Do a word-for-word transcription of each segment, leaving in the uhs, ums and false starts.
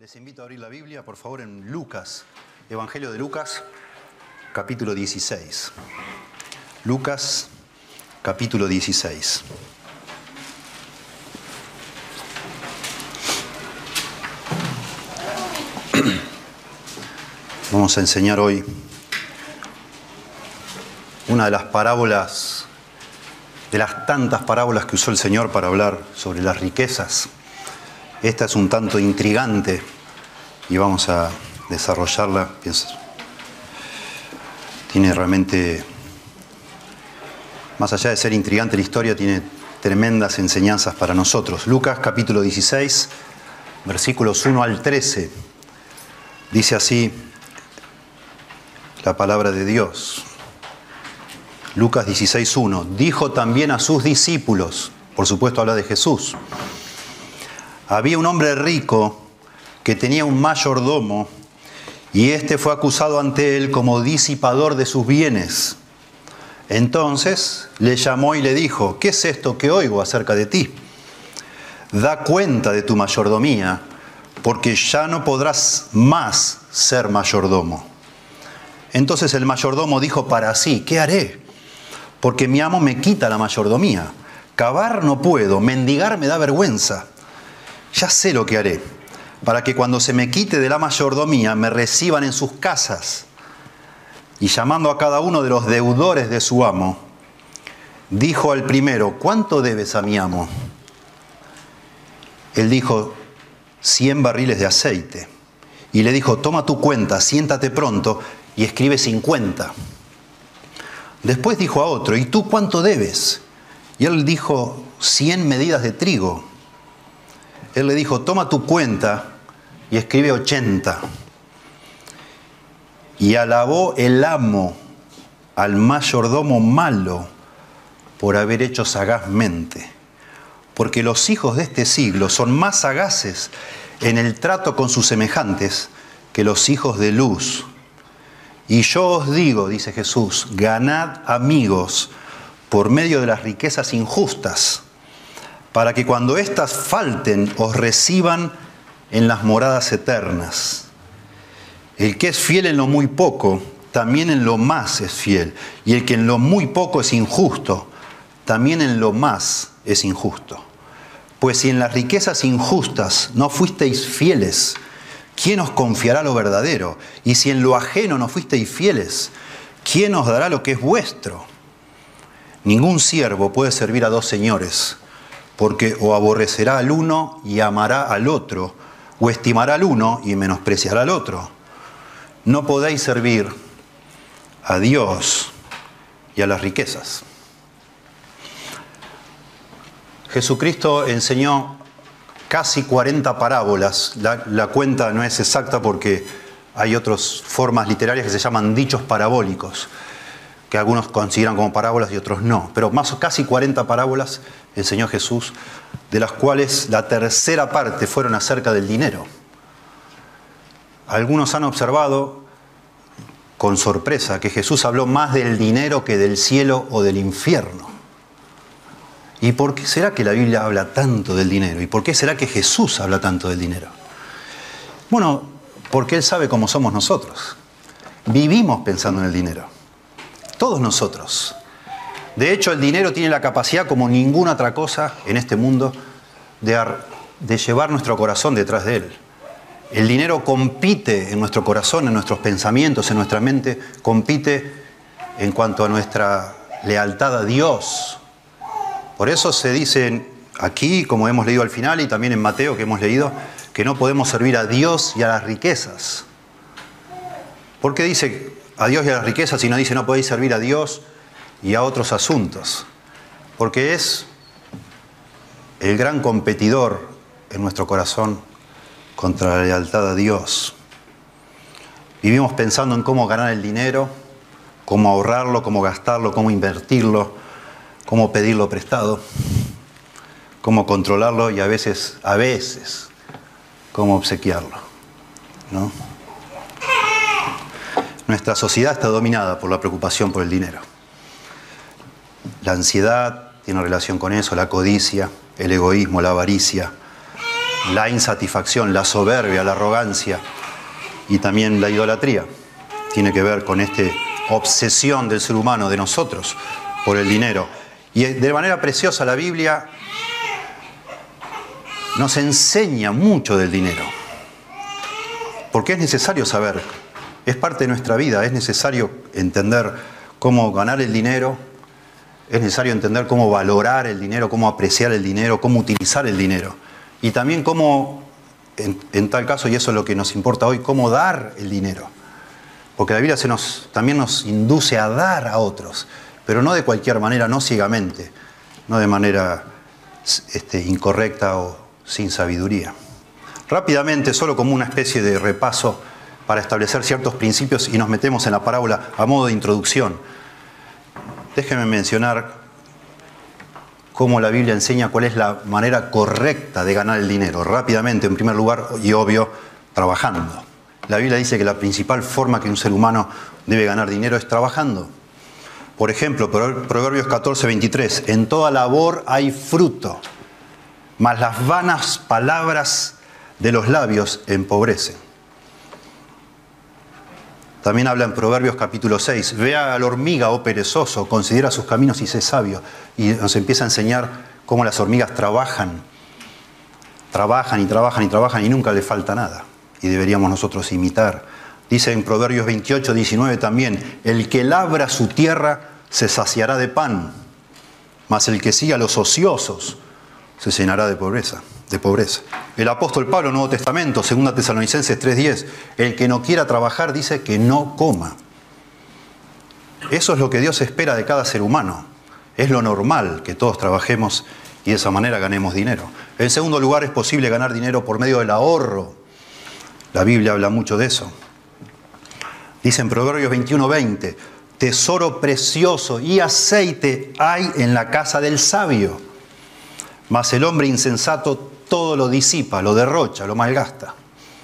Les invito a abrir la Biblia, por favor, en Lucas, Evangelio de Lucas, capítulo dieciséis. Lucas, capítulo dieciséis. Vamos a enseñar hoy una de las parábolas, de las tantas parábolas que usó el Señor para hablar sobre las riquezas. Esta es un tanto intrigante y vamos a desarrollarla. Pienso, tiene realmente, más allá de ser intrigante la historia, tiene tremendas enseñanzas para nosotros. Lucas capítulo dieciséis, versículos uno al trece. Dice así la palabra de Dios. Lucas dieciséis uno. Dijo también a sus discípulos, por supuesto habla de Jesús: había un hombre rico que tenía un mayordomo, y éste fue acusado ante él como disipador de sus bienes. Entonces le llamó y le dijo: ¿qué es esto que oigo acerca de ti? Da cuenta de tu mayordomía, porque ya no podrás más ser mayordomo. Entonces el mayordomo dijo para sí: ¿qué haré? Porque mi amo me quita la mayordomía. Cavar no puedo, mendigar me da vergüenza. Ya sé lo que haré, para que cuando se me quite de la mayordomía me reciban en sus casas. Y llamando a cada uno de los deudores de su amo, dijo al primero: ¿cuánto debes a mi amo? Él dijo: cien barriles de aceite. Y le dijo: toma tu cuenta, siéntate pronto y escribe cincuenta. Después dijo a otro: ¿y tú cuánto debes? Y él dijo: cien medidas de trigo. Él le dijo: toma tu cuenta y escribe ochenta. Y alabó el amo al mayordomo malo por haber hecho sagazmente. Porque los hijos de este siglo son más sagaces en el trato con sus semejantes que los hijos de luz. Y yo os digo, dice Jesús, ganad amigos por medio de las riquezas injustas, para que cuando éstas falten os reciban en las moradas eternas. El que es fiel en lo muy poco, también en lo más es fiel. Y el que en lo muy poco es injusto, también en lo más es injusto. Pues si en las riquezas injustas no fuisteis fieles, ¿quién os confiará lo verdadero? Y si en lo ajeno no fuisteis fieles, ¿quién os dará lo que es vuestro? Ningún siervo puede servir a dos señores, porque o aborrecerá al uno y amará al otro, o estimará al uno y menospreciará al otro. No podéis servir a Dios y a las riquezas. Jesucristo enseñó casi cuarenta parábolas. La, la cuenta no es exacta porque hay otras formas literarias que se llaman dichos parabólicos, que algunos consideran como parábolas y otros no. Pero más o casi cuarenta parábolas enseñó Jesús, de las cuales la tercera parte fueron acerca del dinero. Algunos han observado con sorpresa que Jesús habló más del dinero que del cielo o del infierno. ¿Y por qué será que la Biblia habla tanto del dinero? ¿Y por qué será que Jesús habla tanto del dinero? Bueno, porque Él sabe cómo somos nosotros. Vivimos pensando en el dinero. Todos nosotros. De hecho, el dinero tiene la capacidad, como ninguna otra cosa en este mundo, de, de llevar nuestro corazón detrás de él. El dinero compite en nuestro corazón, en nuestros pensamientos, en nuestra mente, compite en cuanto a nuestra lealtad a Dios. Por eso se dice aquí, como hemos leído al final, y también en Mateo que hemos leído, que no podemos servir a Dios y a las riquezas. ¿Por qué dice a Dios y a las riquezas y no dice no podéis servir a Dios y a otros asuntos? Porque es el gran competidor en nuestro corazón contra la lealtad a Dios. Vivimos pensando en cómo ganar el dinero, cómo ahorrarlo, cómo gastarlo, cómo invertirlo, cómo pedirlo prestado, cómo controlarlo y a veces, a veces, cómo obsequiarlo, ¿no? Nuestra sociedad está dominada por la preocupación por el dinero. La ansiedad tiene relación con eso, la codicia, el egoísmo, la avaricia, la insatisfacción, la soberbia, la arrogancia y también la idolatría. Tiene que ver con esta obsesión del ser humano, de nosotros, por el dinero. Y de manera preciosa la Biblia nos enseña mucho del dinero. Porque es necesario saber, es parte de nuestra vida, es necesario entender cómo ganar el dinero, es necesario entender cómo valorar el dinero, cómo apreciar el dinero, cómo utilizar el dinero. Y también cómo, en, en tal caso, y eso es lo que nos importa hoy, cómo dar el dinero. Porque la Biblia se nos, también nos induce a dar a otros, pero no de cualquier manera, no ciegamente, no de manera este, incorrecta o sin sabiduría. Rápidamente, solo como una especie de repaso para establecer ciertos principios y nos metemos en la parábola a modo de introducción. Déjenme mencionar cómo la Biblia enseña cuál es la manera correcta de ganar el dinero. Rápidamente, en primer lugar, y obvio, trabajando. La Biblia dice que la principal forma que un ser humano debe ganar dinero es trabajando. Por ejemplo, Proverbios catorce, veintitrés, en toda labor hay fruto, mas las vanas palabras de los labios empobrecen. También habla en Proverbios capítulo seis, vea a la hormiga, oh perezoso, considera sus caminos y sé sabio. Y nos empieza a enseñar cómo las hormigas trabajan, trabajan y trabajan y trabajan y nunca les falta nada. Y deberíamos nosotros imitar. Dice en Proverbios veintiocho, diecinueve también, el que labra su tierra se saciará de pan, mas el que sigue a los ociosos se llenará de pobreza. De pobreza. El apóstol Pablo, Nuevo Testamento, segunda Tesalonicenses tres diez, el que no quiera trabajar dice que no coma. Eso es lo que Dios espera de cada ser humano. Es lo normal que todos trabajemos y de esa manera ganemos dinero. En segundo lugar, es posible ganar dinero por medio del ahorro. La Biblia habla mucho de eso. Dice en Proverbios veintiuno, veinte, tesoro precioso y aceite hay en la casa del sabio, mas el hombre insensato todo lo disipa, lo derrocha, lo malgasta.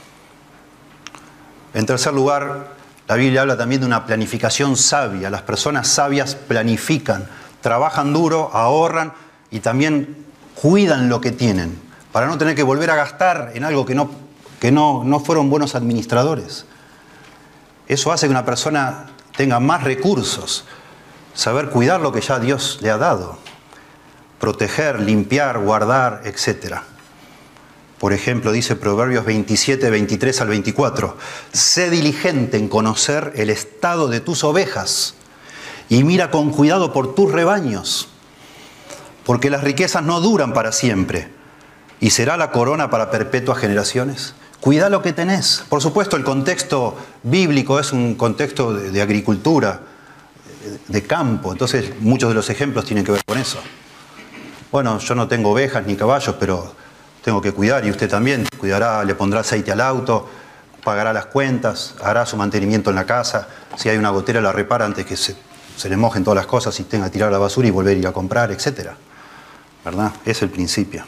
En tercer lugar, la Biblia habla también de una planificación sabia. Las personas sabias planifican, trabajan duro, ahorran y también cuidan lo que tienen, para no tener que volver a gastar en algo que no, que no, no fueron buenos administradores. Eso hace que una persona tenga más recursos, saber cuidar lo que ya Dios le ha dado, proteger, limpiar, guardar, etcétera. Por ejemplo, dice Proverbios veintisiete, veintitrés al veinticuatro, sé diligente en conocer el estado de tus ovejas y mira con cuidado por tus rebaños, porque las riquezas no duran para siempre y será la corona para perpetuas generaciones. Cuida lo que tenés. Por supuesto, el contexto bíblico es un contexto de, de agricultura, de campo, entonces muchos de los ejemplos tienen que ver con eso. Bueno, yo no tengo ovejas ni caballos, pero tengo que cuidar, y usted también cuidará, le pondrá aceite al auto, pagará las cuentas, hará su mantenimiento en la casa. Si hay una gotera la repara antes que se, se le mojen todas las cosas y tenga que tirar la basura y volver a ir a comprar, etcétera. ¿Verdad? Es el principio.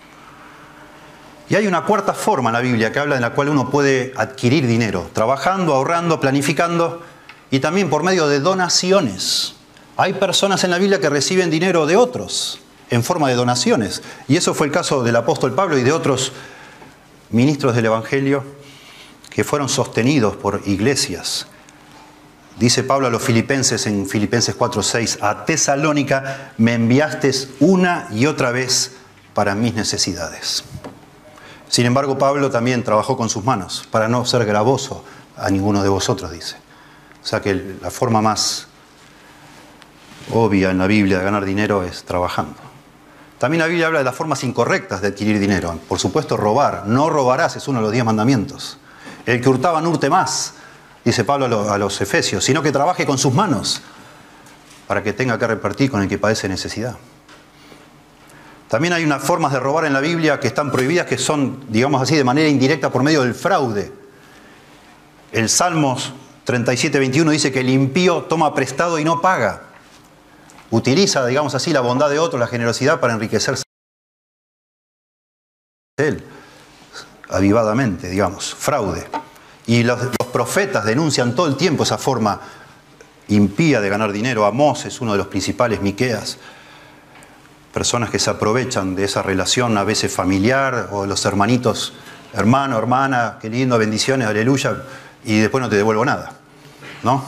Y hay una cuarta forma en la Biblia que habla de la cual uno puede adquirir dinero, trabajando, ahorrando, planificando y también por medio de donaciones. Hay personas en la Biblia que reciben dinero de otros en forma de donaciones. Y eso fue el caso del apóstol Pablo y de otros ministros del Evangelio que fueron sostenidos por iglesias. Dice Pablo a los filipenses en Filipenses cuatro seis, a Tesalónica me enviaste una y otra vez para mis necesidades. Sin embargo, Pablo también trabajó con sus manos para no ser gravoso a ninguno de vosotros, dice. O sea que la forma más obvia en la Biblia de ganar dinero es trabajando. También la Biblia habla de las formas incorrectas de adquirir dinero. Por supuesto, robar. No robarás es uno de los diez mandamientos. El que hurtaba no hurte más, dice Pablo a los, a los Efesios, sino que trabaje con sus manos para que tenga que repartir con el que padece necesidad. También hay unas formas de robar en la Biblia que están prohibidas, que son, digamos así, de manera indirecta por medio del fraude. El Salmos treinta y siete, veintiuno dice que el impío toma prestado y no paga. Utiliza, digamos así, la bondad de otro, la generosidad para enriquecerse de él, avivadamente, digamos, fraude. Y los, los profetas denuncian todo el tiempo esa forma impía de ganar dinero. Amós es uno de los principales, Miqueas. Personas que se aprovechan de esa relación a veces familiar, o los hermanitos, hermano, hermana, qué lindo, bendiciones, aleluya, y después no te devuelvo nada, ¿no?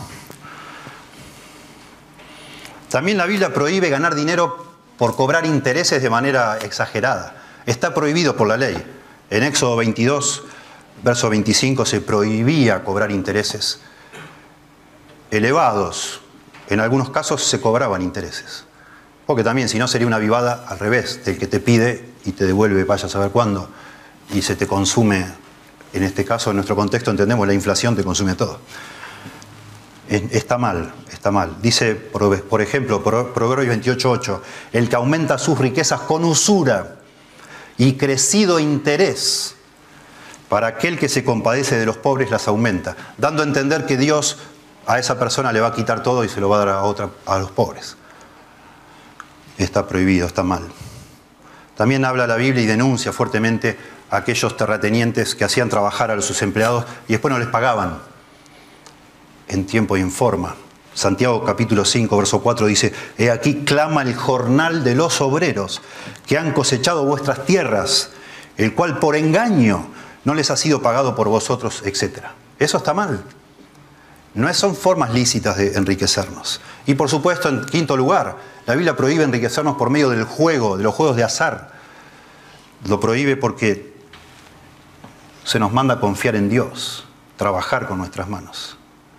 También la Biblia prohíbe ganar dinero por cobrar intereses de manera exagerada. Está prohibido por la ley. En Éxodo veintidós, verso veinticinco, se prohibía cobrar intereses elevados. En algunos casos se cobraban intereses. Porque también, si no, sería una vivada al revés, del que te pide y te devuelve, vaya a saber cuándo, y se te consume. En este caso, en nuestro contexto, entendemos, la inflación te consume todo. Está mal, está mal. Dice, por ejemplo, Proverbios veintiocho ocho, el que aumenta sus riquezas con usura y crecido interés, para aquel que se compadece de los pobres las aumenta, dando a entender que Dios a esa persona le va a quitar todo y se lo va a dar a, otra, a los pobres. Está prohibido, está mal. También habla la Biblia y denuncia fuertemente a aquellos terratenientes que hacían trabajar a sus empleados y después no les pagaban en tiempo y en forma. Santiago capítulo cinco, verso cuatro dice, he aquí clama el jornal de los obreros que han cosechado vuestras tierras, el cual por engaño no les ha sido pagado por vosotros, etcétera. Eso está mal. No son formas lícitas de enriquecernos. Y por supuesto, en quinto lugar, la Biblia prohíbe enriquecernos por medio del juego, de los juegos de azar. Lo prohíbe porque se nos manda a confiar en Dios, trabajar con nuestras manos.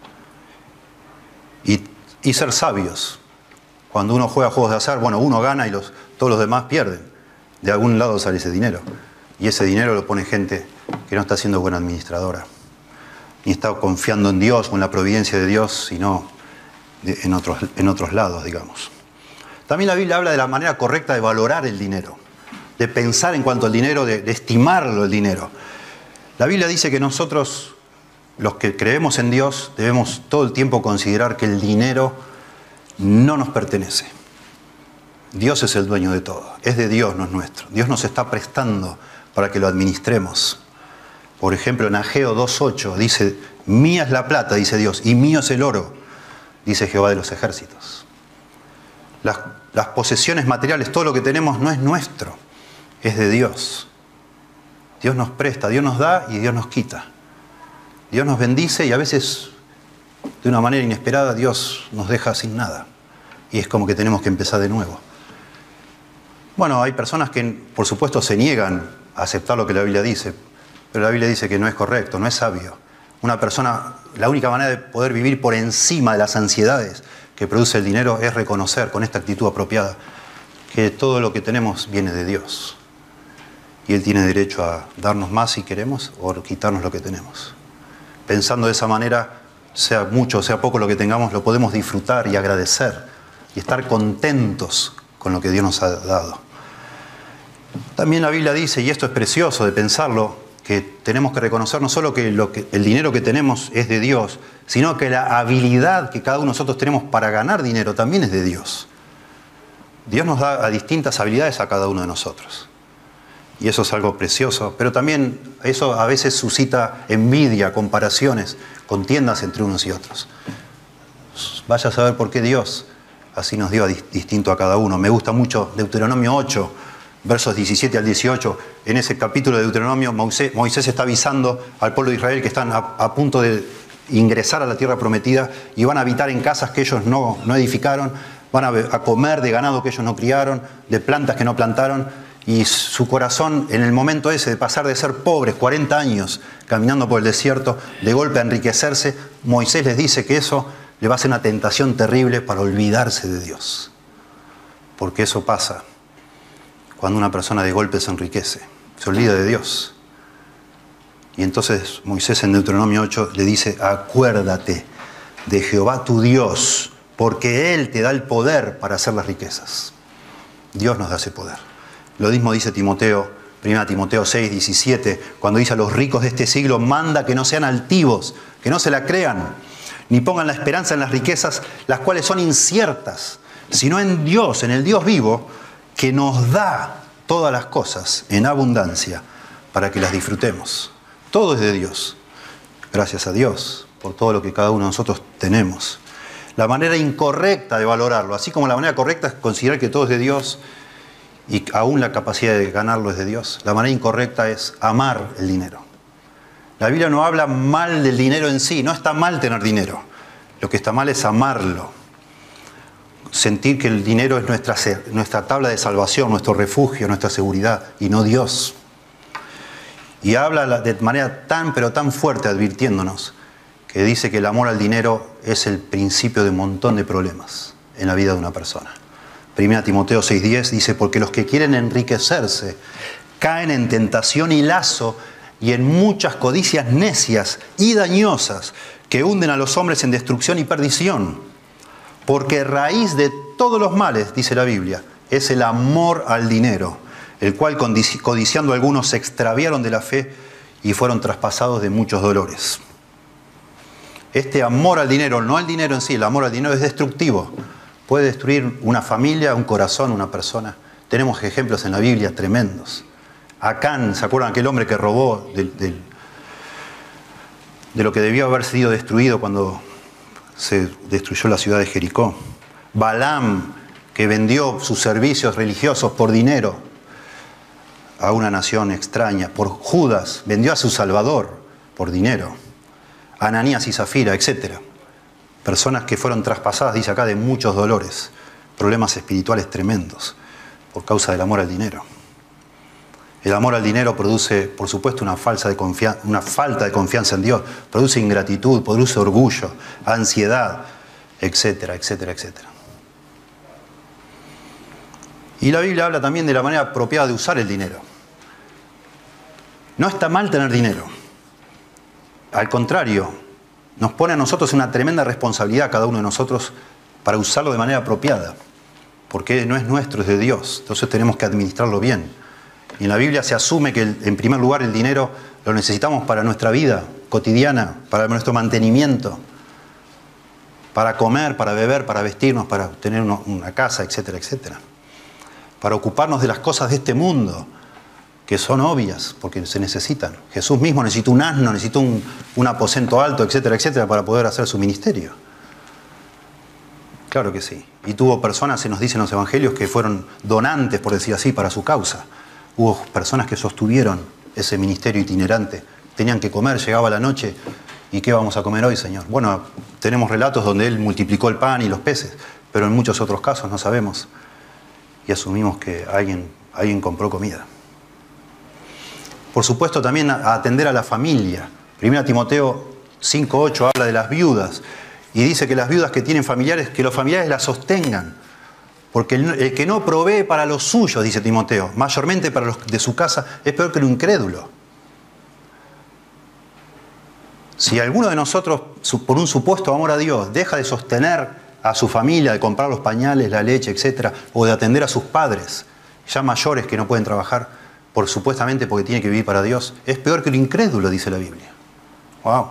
Y, y ser sabios. Cuando uno juega juegos de azar, bueno, uno gana y los, todos los demás pierden. De algún lado sale ese dinero. Y ese dinero lo pone gente que no está siendo buena administradora. Ni está confiando en Dios o en la providencia de Dios, sino en otros, en otros lados, digamos. También la Biblia habla de la manera correcta de valorar el dinero, de pensar en cuanto al dinero, de, de estimarlo el dinero. La Biblia dice que nosotros, los que creemos en Dios, debemos todo el tiempo considerar que el dinero no nos pertenece. Dios es el dueño de todo, es de Dios, no es nuestro. Dios nos está prestando para que lo administremos. Por ejemplo, en Ageo dos ocho dice, mía es la plata, dice Dios, y mío es el oro, dice Jehová de los ejércitos. Las, las posesiones materiales, todo lo que tenemos no es nuestro, es de Dios. Dios nos presta, Dios nos da y Dios nos quita. Dios nos bendice y a veces, de una manera inesperada, Dios nos deja sin nada. Y es como que tenemos que empezar de nuevo. Bueno, hay personas que, por supuesto, se niegan a aceptar lo que la Biblia dice, pero la Biblia dice que no es correcto, no es sabio. Una persona, la única manera de poder vivir por encima de las ansiedades que produce el dinero es reconocer con esta actitud apropiada que todo lo que tenemos viene de Dios. Y Él tiene derecho a darnos más si queremos o quitarnos lo que tenemos. Pensando de esa manera, sea mucho o sea poco lo que tengamos, lo podemos disfrutar y agradecer y estar contentos con lo que Dios nos ha dado. También la Biblia dice, y esto es precioso de pensarlo, que tenemos que reconocer no solo que, lo que el dinero que tenemos es de Dios, sino que la habilidad que cada uno de nosotros tenemos para ganar dinero también es de Dios. Dios nos da distintas habilidades a cada uno de nosotros. Y eso es algo precioso, pero también eso a veces suscita envidia, comparaciones, contiendas entre unos y otros. Vaya a saber por qué Dios así nos dio distinto a cada uno. Me gusta mucho Deuteronomio ocho, versos diecisiete al dieciocho. En ese capítulo de Deuteronomio, Moisés, Moisés está avisando al pueblo de Israel que están a, a punto de ingresar a la tierra prometida y van a habitar en casas que ellos no, no edificaron, van a, a comer de ganado que ellos no criaron, de plantas que no plantaron. Y su corazón, en el momento ese de pasar de ser pobres, cuarenta años caminando por el desierto, de golpe a enriquecerse, Moisés les dice que eso le va a ser una tentación terrible para olvidarse de Dios. Porque eso pasa cuando una persona de golpe se enriquece, se olvida de Dios. Y entonces Moisés en Deuteronomio ocho le dice, acuérdate de Jehová tu Dios, porque Él te da el poder para hacer las riquezas. Dios nos da ese poder. Lo mismo dice Timoteo, primera Timoteo seis, diecisiete, cuando dice a los ricos de este siglo, manda que no sean altivos, que no se la crean, ni pongan la esperanza en las riquezas, las cuales son inciertas, sino en Dios, en el Dios vivo, que nos da todas las cosas en abundancia para que las disfrutemos. Todo es de Dios. Gracias a Dios por todo lo que cada uno de nosotros tenemos. La manera incorrecta de valorarlo, así como la manera correcta es considerar que todo es de Dios y aún la capacidad de ganarlo es de Dios. La manera incorrecta es amar el dinero. La Biblia no habla mal del dinero en sí, no está mal tener dinero. Lo que está mal es amarlo. Sentir que el dinero es nuestra, nuestra tabla de salvación, nuestro refugio, nuestra seguridad, y no Dios. Y habla de manera tan, pero tan fuerte, advirtiéndonos, que dice que el amor al dinero es el principio de un montón de problemas en la vida de una persona. Primera Timoteo seis diez dice, porque los que quieren enriquecerse caen en tentación y lazo y en muchas codicias necias y dañosas que hunden a los hombres en destrucción y perdición. Porque raíz de todos los males, dice la Biblia, es el amor al dinero, el cual codiciando algunos se extraviaron de la fe y fueron traspasados de muchos dolores. Este amor al dinero, no al dinero en sí, el amor al dinero es destructivo. Puede destruir una familia, un corazón, una persona. Tenemos ejemplos en la Biblia tremendos. Acán, ¿se acuerdan aquel hombre que robó de, de, de lo que debió haber sido destruido cuando se destruyó la ciudad de Jericó? Balaam, que vendió sus servicios religiosos por dinero a una nación extraña. Por Judas, vendió a su Salvador por dinero. Ananías y Zafira, etcétera. Personas que fueron traspasadas, dice acá, de muchos dolores, problemas espirituales tremendos por causa del amor al dinero. El amor al dinero produce, por supuesto, una, falsa de confianza, una falta de confianza en Dios, produce ingratitud, produce orgullo, ansiedad, etcétera, etcétera, etcétera. Y la Biblia habla también de la manera apropiada de usar el dinero. No está mal tener dinero. Al contrario, nos pone a nosotros una tremenda responsabilidad, cada uno de nosotros, para usarlo de manera apropiada. Porque no es nuestro, es de Dios. Entonces tenemos que administrarlo bien. Y en la Biblia se asume que, en primer lugar, el dinero lo necesitamos para nuestra vida cotidiana, para nuestro mantenimiento, para comer, para beber, para vestirnos, para tener una casa, etcétera, etcétera. Para ocuparnos de las cosas de este mundo, que son obvias, porque se necesitan. Jesús mismo necesitó un asno, necesitó un, un aposento alto, etcétera, etcétera, para poder hacer su ministerio. Claro que sí. Y tuvo personas, se nos dicen los evangelios, que fueron donantes, por decir así, para su causa. Hubo personas que sostuvieron ese ministerio itinerante. Tenían que comer, llegaba la noche, ¿y qué vamos a comer hoy, Señor? Bueno, tenemos relatos donde Él multiplicó el pan y los peces, pero en muchos otros casos no sabemos. Y asumimos que alguien, alguien compró comida. Por supuesto, también a atender a la familia. Primera Timoteo cinco ocho habla de las viudas y dice que las viudas que tienen familiares, que los familiares las sostengan. Porque el, el que no provee para los suyos, dice Timoteo, mayormente para los de su casa, es peor que el incrédulo. Si alguno de nosotros, por un supuesto amor a Dios, deja de sostener a su familia, de comprar los pañales, la leche, etcétera, o de atender a sus padres, ya mayores que no pueden trabajar, por supuestamente porque tiene que vivir para Dios, es peor que el incrédulo, dice la Biblia. ¡Wow!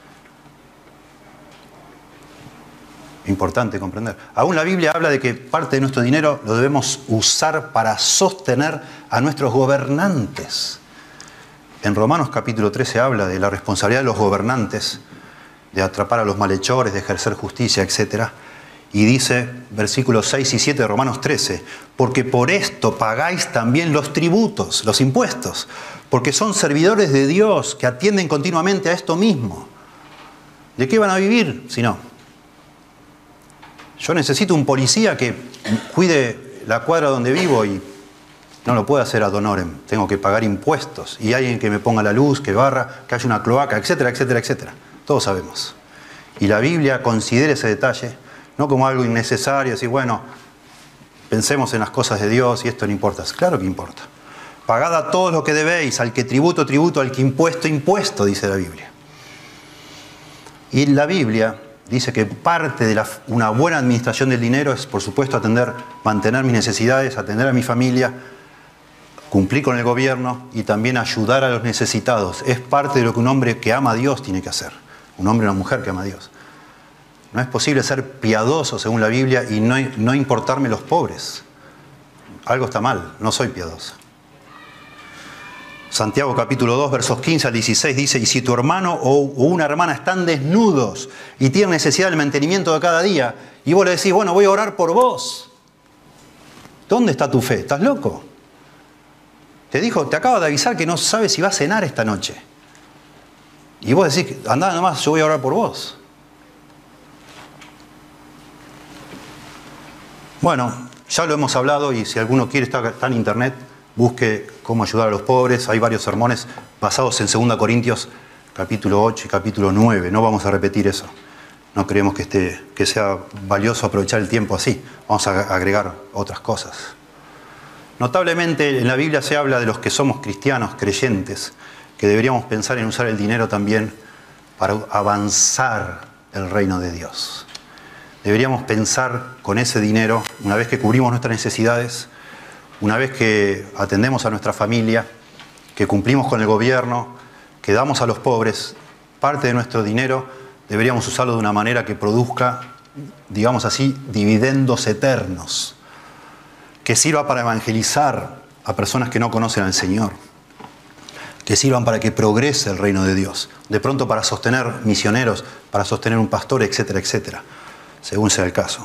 Importante comprender. Aún la Biblia habla de que parte de nuestro dinero lo debemos usar para sostener a nuestros gobernantes. En Romanos capítulo trece habla de la responsabilidad de los gobernantes, de atrapar a los malhechores, de ejercer justicia, etcétera. Y dice, versículos seis y siete de Romanos trece, porque por esto pagáis también los tributos, los impuestos, porque son servidores de Dios que atienden continuamente a esto mismo. ¿De qué van a vivir si no? Yo necesito un policía que cuide la cuadra donde vivo y no lo puede hacer ad honorem. Tengo que pagar impuestos y alguien que me ponga la luz, que barra, que haya una cloaca, etcétera, etcétera, etcétera. Todos sabemos. Y la Biblia considera ese detalle no como algo innecesario, así, bueno, pensemos en las cosas de Dios y esto no importa. Claro que importa. Pagad a todos lo que debéis, al que tributo, tributo, al que impuesto, impuesto, dice la Biblia. Y la Biblia dice que parte de la, una buena administración del dinero es, por supuesto, atender, mantener mis necesidades, atender a mi familia, cumplir con el gobierno y también ayudar a los necesitados. Es parte de lo que un hombre que ama a Dios tiene que hacer. Un hombre y una mujer que ama a Dios. No es posible ser piadoso según la Biblia y no, no importarme los pobres. Algo está mal, no soy piadoso. Santiago capítulo dos, versos quince al dieciséis dice, y si tu hermano o una hermana están desnudos y tienen necesidad del mantenimiento de cada día, y vos le decís, bueno, voy a orar por vos. ¿Dónde está tu fe? ¿Estás loco? Te dijo, te acaba de avisar que no sabe si va a cenar esta noche. Y vos decís, andá nomás, yo voy a orar por vos. Bueno, ya lo hemos hablado y si alguno quiere, está, está en internet, busque cómo ayudar a los pobres. Hay varios sermones basados en segunda Corintios, capítulo ocho y capítulo nueve. No vamos a repetir eso. No creemos que, esté, que sea valioso aprovechar el tiempo así. Vamos a agregar otras cosas. Notablemente en la Biblia se habla de los que somos cristianos, creyentes, que deberíamos pensar en usar el dinero también para avanzar el reino de Dios. Deberíamos pensar con ese dinero, una vez que cubrimos nuestras necesidades, una vez que atendemos a nuestra familia, que cumplimos con el gobierno, que damos a los pobres, parte de nuestro dinero deberíamos usarlo de una manera que produzca, digamos así, dividendos eternos, que sirva para evangelizar a personas que no conocen al Señor, que sirvan para que progrese el reino de Dios, de pronto para sostener misioneros, para sostener un pastor, etcétera, etcétera, según sea el caso.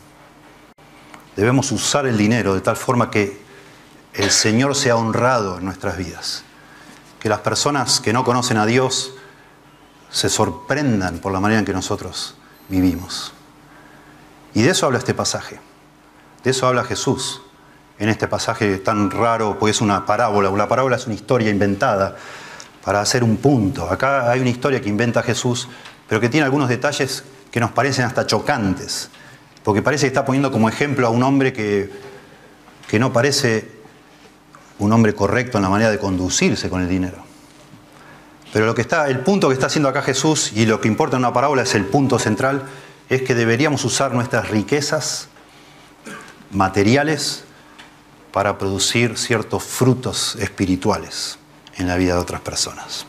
Debemos usar el dinero de tal forma que el Señor sea honrado en nuestras vidas, que las personas que no conocen a Dios se sorprendan por la manera en que nosotros vivimos. Y de eso habla este pasaje. De eso habla Jesús en este pasaje tan raro, porque es una parábola. La parábola es una historia inventada para hacer un punto. Acá hay una historia que inventa Jesús, pero que tiene algunos detalles que nos parecen hasta chocantes, porque parece que está poniendo como ejemplo a un hombre que, que no parece un hombre correcto en la manera de conducirse con el dinero. Pero lo que está, el punto que está haciendo acá Jesús, y lo que importa en una parábola es el punto central, es que deberíamos usar nuestras riquezas materiales para producir ciertos frutos espirituales en la vida de otras personas.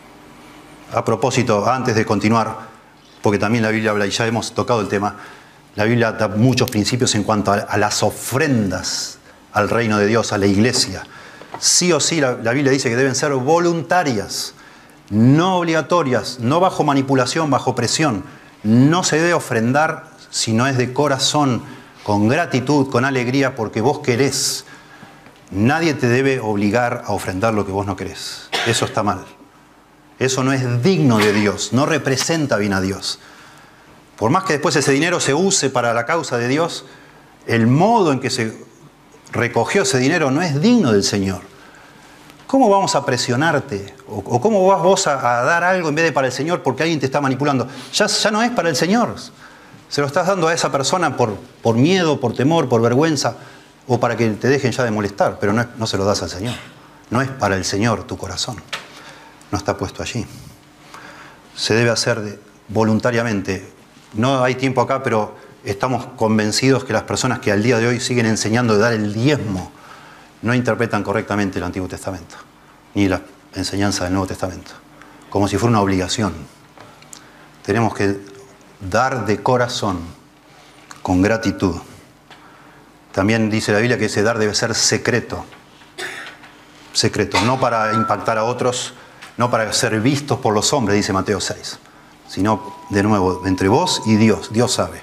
A propósito, antes de continuar, porque también la Biblia habla, y ya hemos tocado el tema, la Biblia da muchos principios en cuanto a, a las ofrendas al reino de Dios, a la iglesia. Sí o sí, la, la Biblia dice que deben ser voluntarias, no obligatorias, no bajo manipulación, bajo presión. No se debe ofrendar si no es de corazón, con gratitud, con alegría, porque vos querés. Nadie te debe obligar a ofrendar lo que vos no querés. Eso está mal. Eso no es digno de Dios, no representa bien a Dios. Por más que después ese dinero se use para la causa de Dios, el modo en que se recogió ese dinero no es digno del Señor. ¿Cómo vamos a presionarte? ¿O, o cómo vas vos a, a dar algo en vez de para el Señor porque alguien te está manipulando? Ya, ya no es para el Señor. Se lo estás dando a esa persona por, por miedo, por temor, por vergüenza, o para que te dejen ya de molestar, pero no, es, no se lo das al Señor. No es para el Señor tu corazón. No está puesto allí. Se debe hacer de, voluntariamente. No hay tiempo acá, pero estamos convencidos que las personas que al día de hoy siguen enseñando de dar el diezmo no interpretan correctamente el Antiguo Testamento, ni la enseñanza del Nuevo Testamento, como si fuera una obligación. Tenemos que dar de corazón, con gratitud. También dice la Biblia que ese dar debe ser secreto. Secreto, no para impactar a otros, no para ser vistos por los hombres, dice Mateo seis, sino, de nuevo, entre vos y Dios. Dios sabe.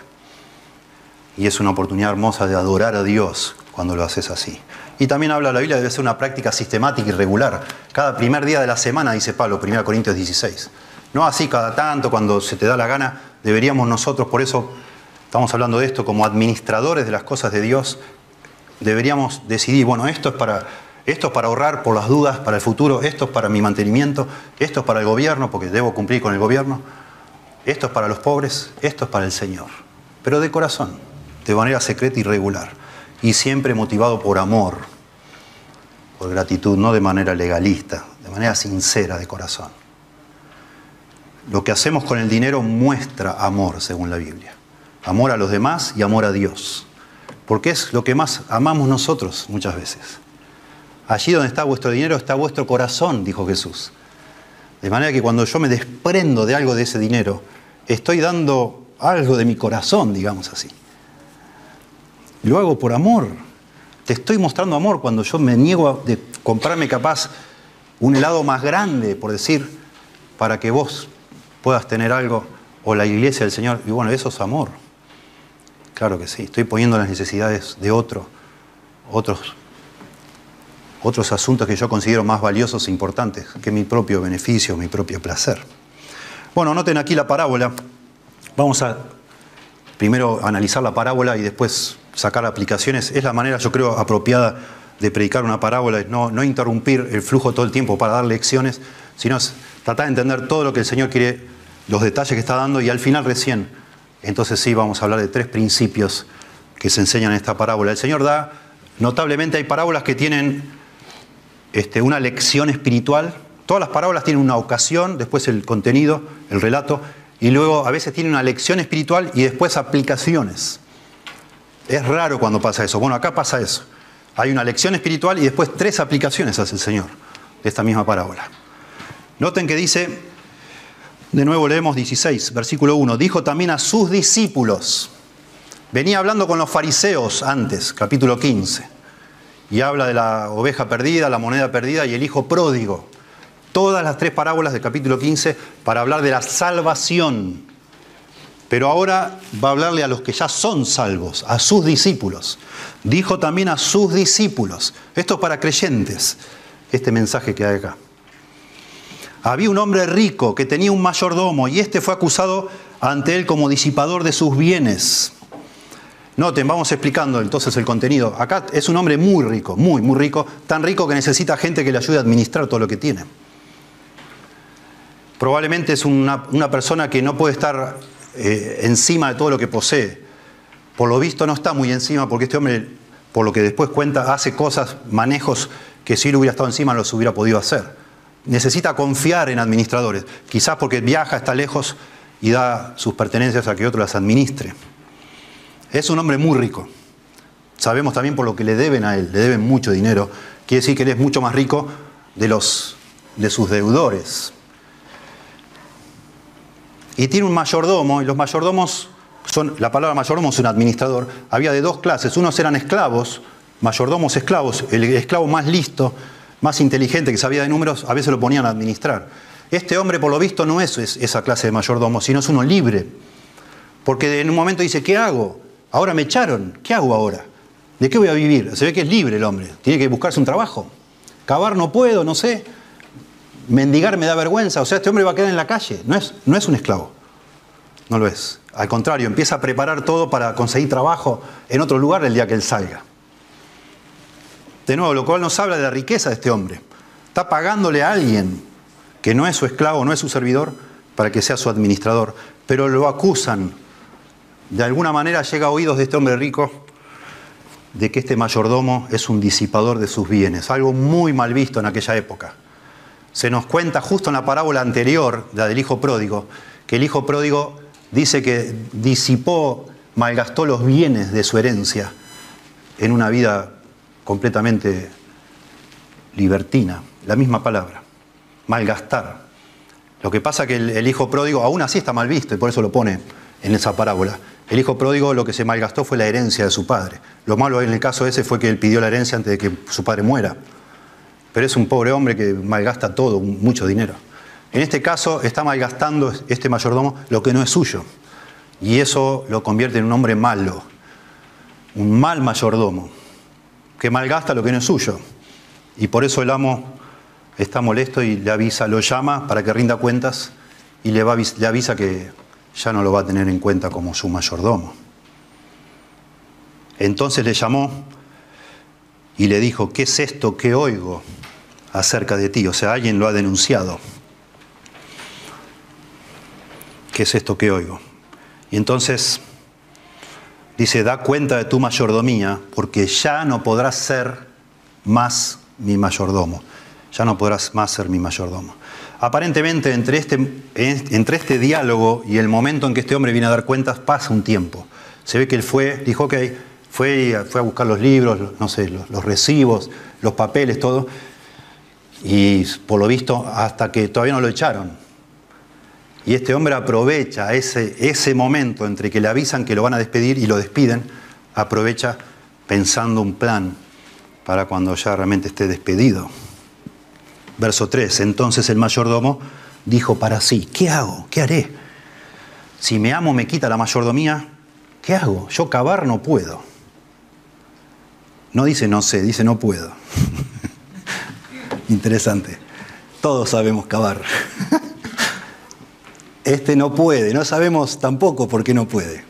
Y es una oportunidad hermosa de adorar a Dios cuando lo haces así. Y también habla la Biblia, debe ser una práctica sistemática y regular. Cada primer día de la semana, dice Pablo, primera Corintios dieciséis. No así cada tanto, cuando se te da la gana. Deberíamos nosotros, por eso estamos hablando de esto, como administradores de las cosas de Dios, deberíamos decidir, bueno, esto es para, esto es para ahorrar por las dudas, para el futuro, esto es para mi mantenimiento, esto es para el gobierno, porque debo cumplir con el gobierno, esto es para los pobres, esto es para el Señor. Pero de corazón, de manera secreta y regular. Y siempre motivado por amor, por gratitud, no de manera legalista, de manera sincera, de corazón. Lo que hacemos con el dinero muestra amor, según la Biblia. Amor a los demás y amor a Dios. Porque es lo que más amamos nosotros muchas veces. Allí donde está vuestro dinero está vuestro corazón, dijo Jesús. De manera que cuando yo me desprendo de algo de ese dinero, estoy dando algo de mi corazón, digamos así. Lo hago por amor. Te estoy mostrando amor cuando yo me niego a de comprarme capaz un helado más grande, por decir, para que vos puedas tener algo, o la iglesia del Señor. Y bueno, eso es amor. Claro que sí. Estoy poniendo las necesidades de otro, otros, otros asuntos que yo considero más valiosos e importantes que mi propio beneficio, mi propio placer. Bueno, noten aquí la parábola. Vamos a primero analizar la parábola y después sacar aplicaciones. Es la manera, yo creo, apropiada de predicar una parábola, es no, no interrumpir el flujo todo el tiempo para dar lecciones, sino es tratar de entender todo lo que el Señor quiere, los detalles que está dando, y al final recién, entonces sí, vamos a hablar de tres principios que se enseñan en esta parábola. El Señor da, notablemente hay parábolas que tienen este, una lección espiritual. Todas las parábolas tienen una ocasión, después el contenido, el relato, y luego a veces tienen una lección espiritual y después aplicaciones. Es raro cuando pasa eso. Bueno, acá pasa eso. Hay una lección espiritual y después tres aplicaciones hace el Señor de esta misma parábola. Noten que dice, de nuevo leemos dieciséis, versículo uno, dijo también a sus discípulos. Venía hablando con los fariseos antes, capítulo quince, y habla de la oveja perdida, la moneda perdida y el hijo pródigo. Todas las tres parábolas del capítulo quince para hablar de la salvación. Pero ahora va a hablarle a los que ya son salvos, a sus discípulos. Dijo también a sus discípulos. Esto es para creyentes, este mensaje que hay acá. Había un hombre rico que tenía un mayordomo y este fue acusado ante él como disipador de sus bienes. Noten, vamos explicando entonces el contenido. Acá es un hombre muy rico, muy, muy rico, tan rico que necesita gente que le ayude a administrar todo lo que tiene. Probablemente es una, una persona que no puede estar eh, encima de todo lo que posee. Por lo visto no está muy encima porque este hombre, por lo que después cuenta, hace cosas, manejos que si él hubiera estado encima los hubiera podido hacer. Necesita confiar en administradores, quizás porque viaja, está lejos y da sus pertenencias a que otro las administre. Es un hombre muy rico. Sabemos también por lo que le deben a él, le deben mucho dinero. Quiere decir que él es mucho más rico de, los, de sus deudores. Y tiene un mayordomo, y los mayordomos, son, la palabra mayordomo es un administrador. Había de dos clases, unos eran esclavos, mayordomos esclavos, el esclavo más listo, más inteligente, que sabía de números, a veces lo ponían a administrar. Este hombre, por lo visto, no es esa clase de mayordomo, sino es uno libre. Porque en un momento dice, ¿qué hago? Ahora me echaron, ¿qué hago ahora? ¿De qué voy a vivir? Se ve que es libre el hombre, tiene que buscarse un trabajo. Cavar no puedo, no sé. Mendigar me da vergüenza, o sea, este hombre va a quedar en la calle. No es, no es un esclavo, no lo es. Al contrario, empieza a preparar todo para conseguir trabajo en otro lugar el día que él salga. De nuevo, lo cual nos habla de la riqueza de este hombre. Está pagándole a alguien que no es su esclavo, no es su servidor, para que sea su administrador. Pero lo acusan. De alguna manera llega a oídos de este hombre rico de que este mayordomo es un disipador de sus bienes. Algo muy mal visto en aquella época. Se nos cuenta justo en la parábola anterior, la del hijo pródigo, que el hijo pródigo dice que disipó, malgastó los bienes de su herencia en una vida completamente libertina. La misma palabra, malgastar. Lo que pasa es que el, el hijo pródigo aún así está mal visto y por eso lo pone en esa parábola. El hijo pródigo lo que se malgastó fue la herencia de su padre. Lo malo en el caso ese fue que él pidió la herencia antes de que su padre muera. Pero es un pobre hombre que malgasta todo, mucho dinero. En este caso está malgastando este mayordomo lo que no es suyo. Y eso lo convierte en un hombre malo. Un mal mayordomo que malgasta lo que no es suyo. Y por eso el amo está molesto y le avisa, lo llama para que rinda cuentas y le, va, le avisa que ya no lo va a tener en cuenta como su mayordomo. Entonces le llamó y le dijo, ¿qué es esto que oigo acerca de ti? O sea, alguien lo ha denunciado. ¿Qué es esto que oigo? Y entonces dice, da cuenta de tu mayordomía, porque ya no podrás ser más mi mayordomo. Ya no podrás más ser mi mayordomo. Aparentemente, entre este, entre este diálogo y el momento en que este hombre viene a dar cuentas, pasa un tiempo. Se ve que él fue, dijo, ok, fue, fue a buscar los libros, no sé, los, los recibos, los papeles, todo. Y por lo visto, hasta que todavía no lo echaron. Y este hombre aprovecha ese, ese momento entre que le avisan que lo van a despedir y lo despiden, aprovecha pensando un plan para cuando ya realmente esté despedido. Verso tres, entonces el mayordomo dijo para sí, ¿qué hago? ¿Qué haré? Si mi amo me quita la mayordomía, ¿qué hago? Yo cavar no puedo. No dice no sé, dice no puedo. Interesante. Todos sabemos cavar. Este no puede, no sabemos tampoco por qué no puede.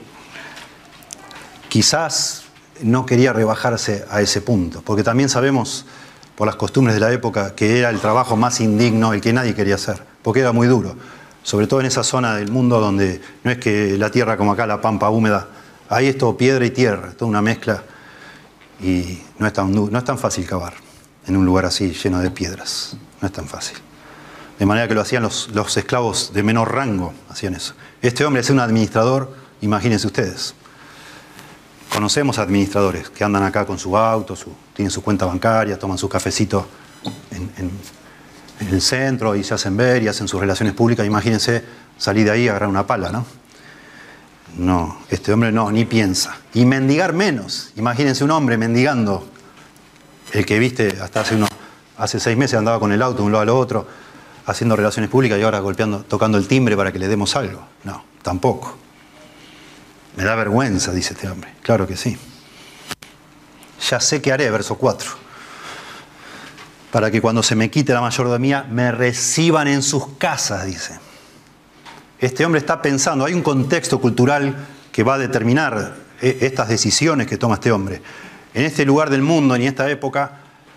Quizás no quería rebajarse a ese punto, porque también sabemos, por las costumbres de la época, que era el trabajo más indigno, el que nadie quería hacer, porque era muy duro. Sobre todo en esa zona del mundo donde no es que la tierra como acá, la pampa húmeda, ahí es todo piedra y tierra, toda una mezcla, y no es tan, no es tan fácil cavar en un lugar así lleno de piedras, no es tan fácil. De manera que lo hacían los, los esclavos de menor rango, hacían eso. Este hombre es un administrador, imagínense ustedes. Conocemos administradores que andan acá con su auto, su, tienen su cuenta bancaria, toman su cafecito en, en, en el centro y se hacen ver y hacen sus relaciones públicas. Imagínense salir de ahí y agarrar una pala, ¿no? No, este hombre no, ni piensa. Y mendigar menos. Imagínense un hombre mendigando. El que viste hasta hace, unos, hace seis meses andaba con el auto de un lado al otro, haciendo relaciones públicas y ahora golpeando, tocando el timbre para que le demos algo. No, tampoco. Me da vergüenza, dice este hombre. Claro que sí. Ya sé qué haré, verso cuatro. Para que cuando se me quite la mayordomía, me reciban en sus casas, dice. Este hombre está pensando, hay un contexto cultural que va a determinar estas decisiones que toma este hombre. En este lugar del mundo, en esta época,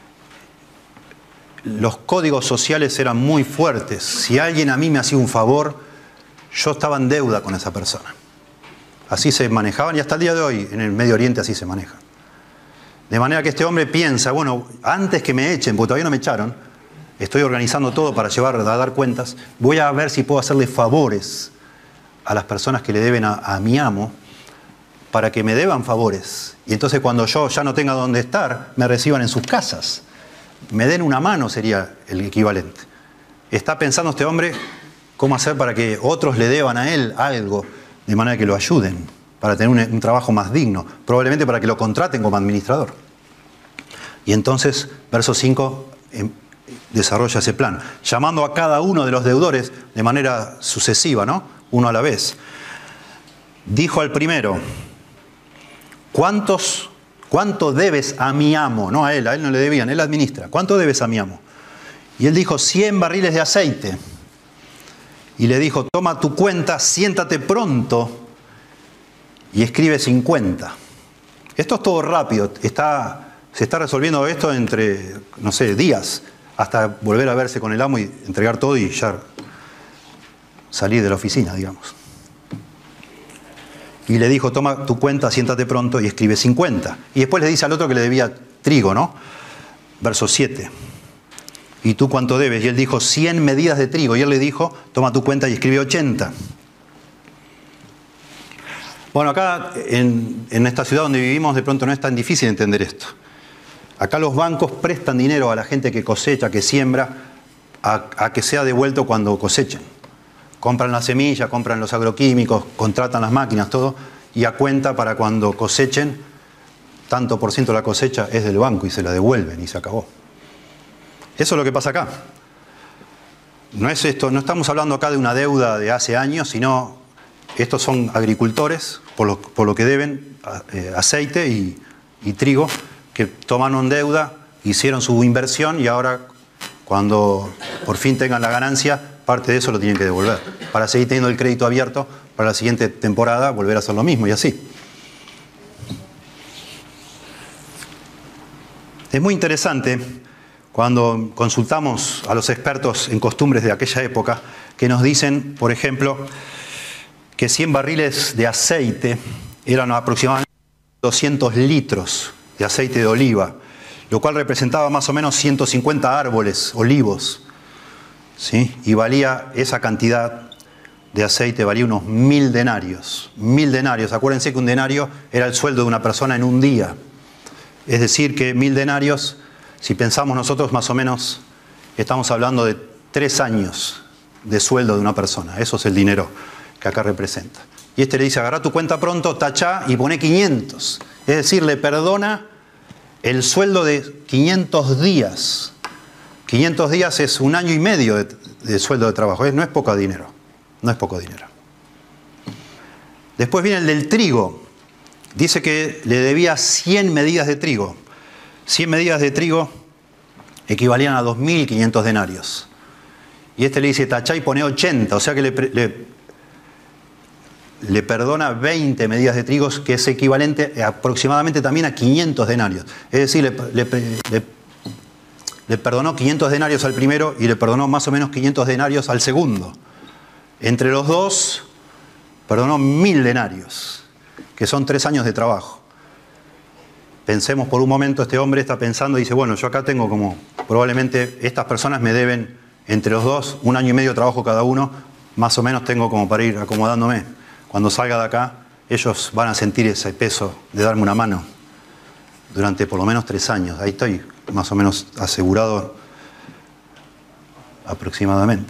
los códigos sociales eran muy fuertes. Si alguien a mí me hacía un favor, yo estaba en deuda con esa persona. Así se manejaban y hasta el día de hoy en el Medio Oriente así se maneja. De manera que este hombre piensa, bueno, antes que me echen, porque todavía no me echaron, estoy organizando todo para llevar a dar cuentas, voy a ver si puedo hacerle favores a las personas que le deben a, a mi amo para que me deban favores. Y entonces cuando yo ya no tenga dónde estar, me reciban en sus casas. Me den una mano sería el equivalente. Está pensando este hombre cómo hacer para que otros le deban a él algo, de manera que lo ayuden, para tener un, un trabajo más digno, probablemente para que lo contraten como administrador. Y entonces, verso cinco, eh, desarrolla ese plan, llamando a cada uno de los deudores de manera sucesiva, ¿no? Uno a la vez. Dijo al primero, ¿cuántos, ¿cuánto debes a mi amo? No a él, a él no le debían, él administra. ¿Cuánto debes a mi amo? Y él dijo, cien barriles de aceite. Y le dijo, toma tu cuenta, siéntate pronto y escribe cincuenta. Esto es todo rápido, está, se está resolviendo esto entre, no sé, días, hasta volver a verse con el amo y entregar todo y ya salir de la oficina, digamos. Y le dijo, toma tu cuenta, siéntate pronto y escribe cincuenta. Y después le dice al otro que le debía trigo, ¿no? Verso siete. ¿Y tú cuánto debes? Y él dijo, cien medidas de trigo. Y él le dijo, toma tu cuenta y escribe ochenta. Bueno, acá en, en esta ciudad donde vivimos de pronto no es tan difícil entender esto. Acá los bancos prestan dinero a la gente que cosecha, que siembra, a, a que sea devuelto cuando cosechen. Compran la semilla, compran los agroquímicos, contratan las máquinas, todo, y a cuenta para cuando cosechen, tanto por ciento de la cosecha es del banco y se la devuelven y se acabó. Eso es lo que pasa acá. No es esto, no estamos hablando acá de una deuda de hace años, sino estos son agricultores, por lo, por lo que deben eh, aceite y, y trigo, que tomaron deuda, hicieron su inversión y ahora, cuando por fin tengan la ganancia, parte de eso lo tienen que devolver. Para seguir teniendo el crédito abierto, para la siguiente temporada volver a hacer lo mismo y así. Es muy interesante cuando consultamos a los expertos en costumbres de aquella época, que nos dicen, por ejemplo, que cien barriles de aceite eran aproximadamente doscientos litros de aceite de oliva, lo cual representaba más o menos ciento cincuenta árboles, olivos, ¿sí? Y valía esa cantidad de aceite, valía unos mil denarios. Mil denarios. Acuérdense que un denario era el sueldo de una persona en un día. Es decir, que mil denarios, si pensamos nosotros más o menos, estamos hablando de tres años de sueldo de una persona. Eso es el dinero que acá representa. Y este le dice, agarrá tu cuenta pronto, tachá y poné quinientos. Es decir, le perdona el sueldo de quinientos días. quinientos días es un año y medio de, de sueldo de trabajo. No es poco dinero. No es poco dinero. Después viene el del trigo. Dice que le debía cien medidas de trigo. cien medidas de trigo equivalían a dos mil quinientos denarios. Y este le dice, tachá y pone ochenta, o sea que le, le, le perdona veinte medidas de trigo, que es equivalente aproximadamente también a quinientos denarios. Es decir, le, le, le, le perdonó quinientos denarios al primero y le perdonó más o menos quinientos denarios al segundo. Entre los dos, perdonó mil denarios, que son tres años de trabajo. Pensemos por un momento, este hombre está pensando y dice, bueno, yo acá tengo como, probablemente estas personas me deben entre los dos un año y medio de trabajo cada uno, más o menos tengo como para ir acomodándome. Cuando salga de acá, ellos van a sentir ese peso de darme una mano durante por lo menos tres años. Ahí estoy más o menos asegurado aproximadamente.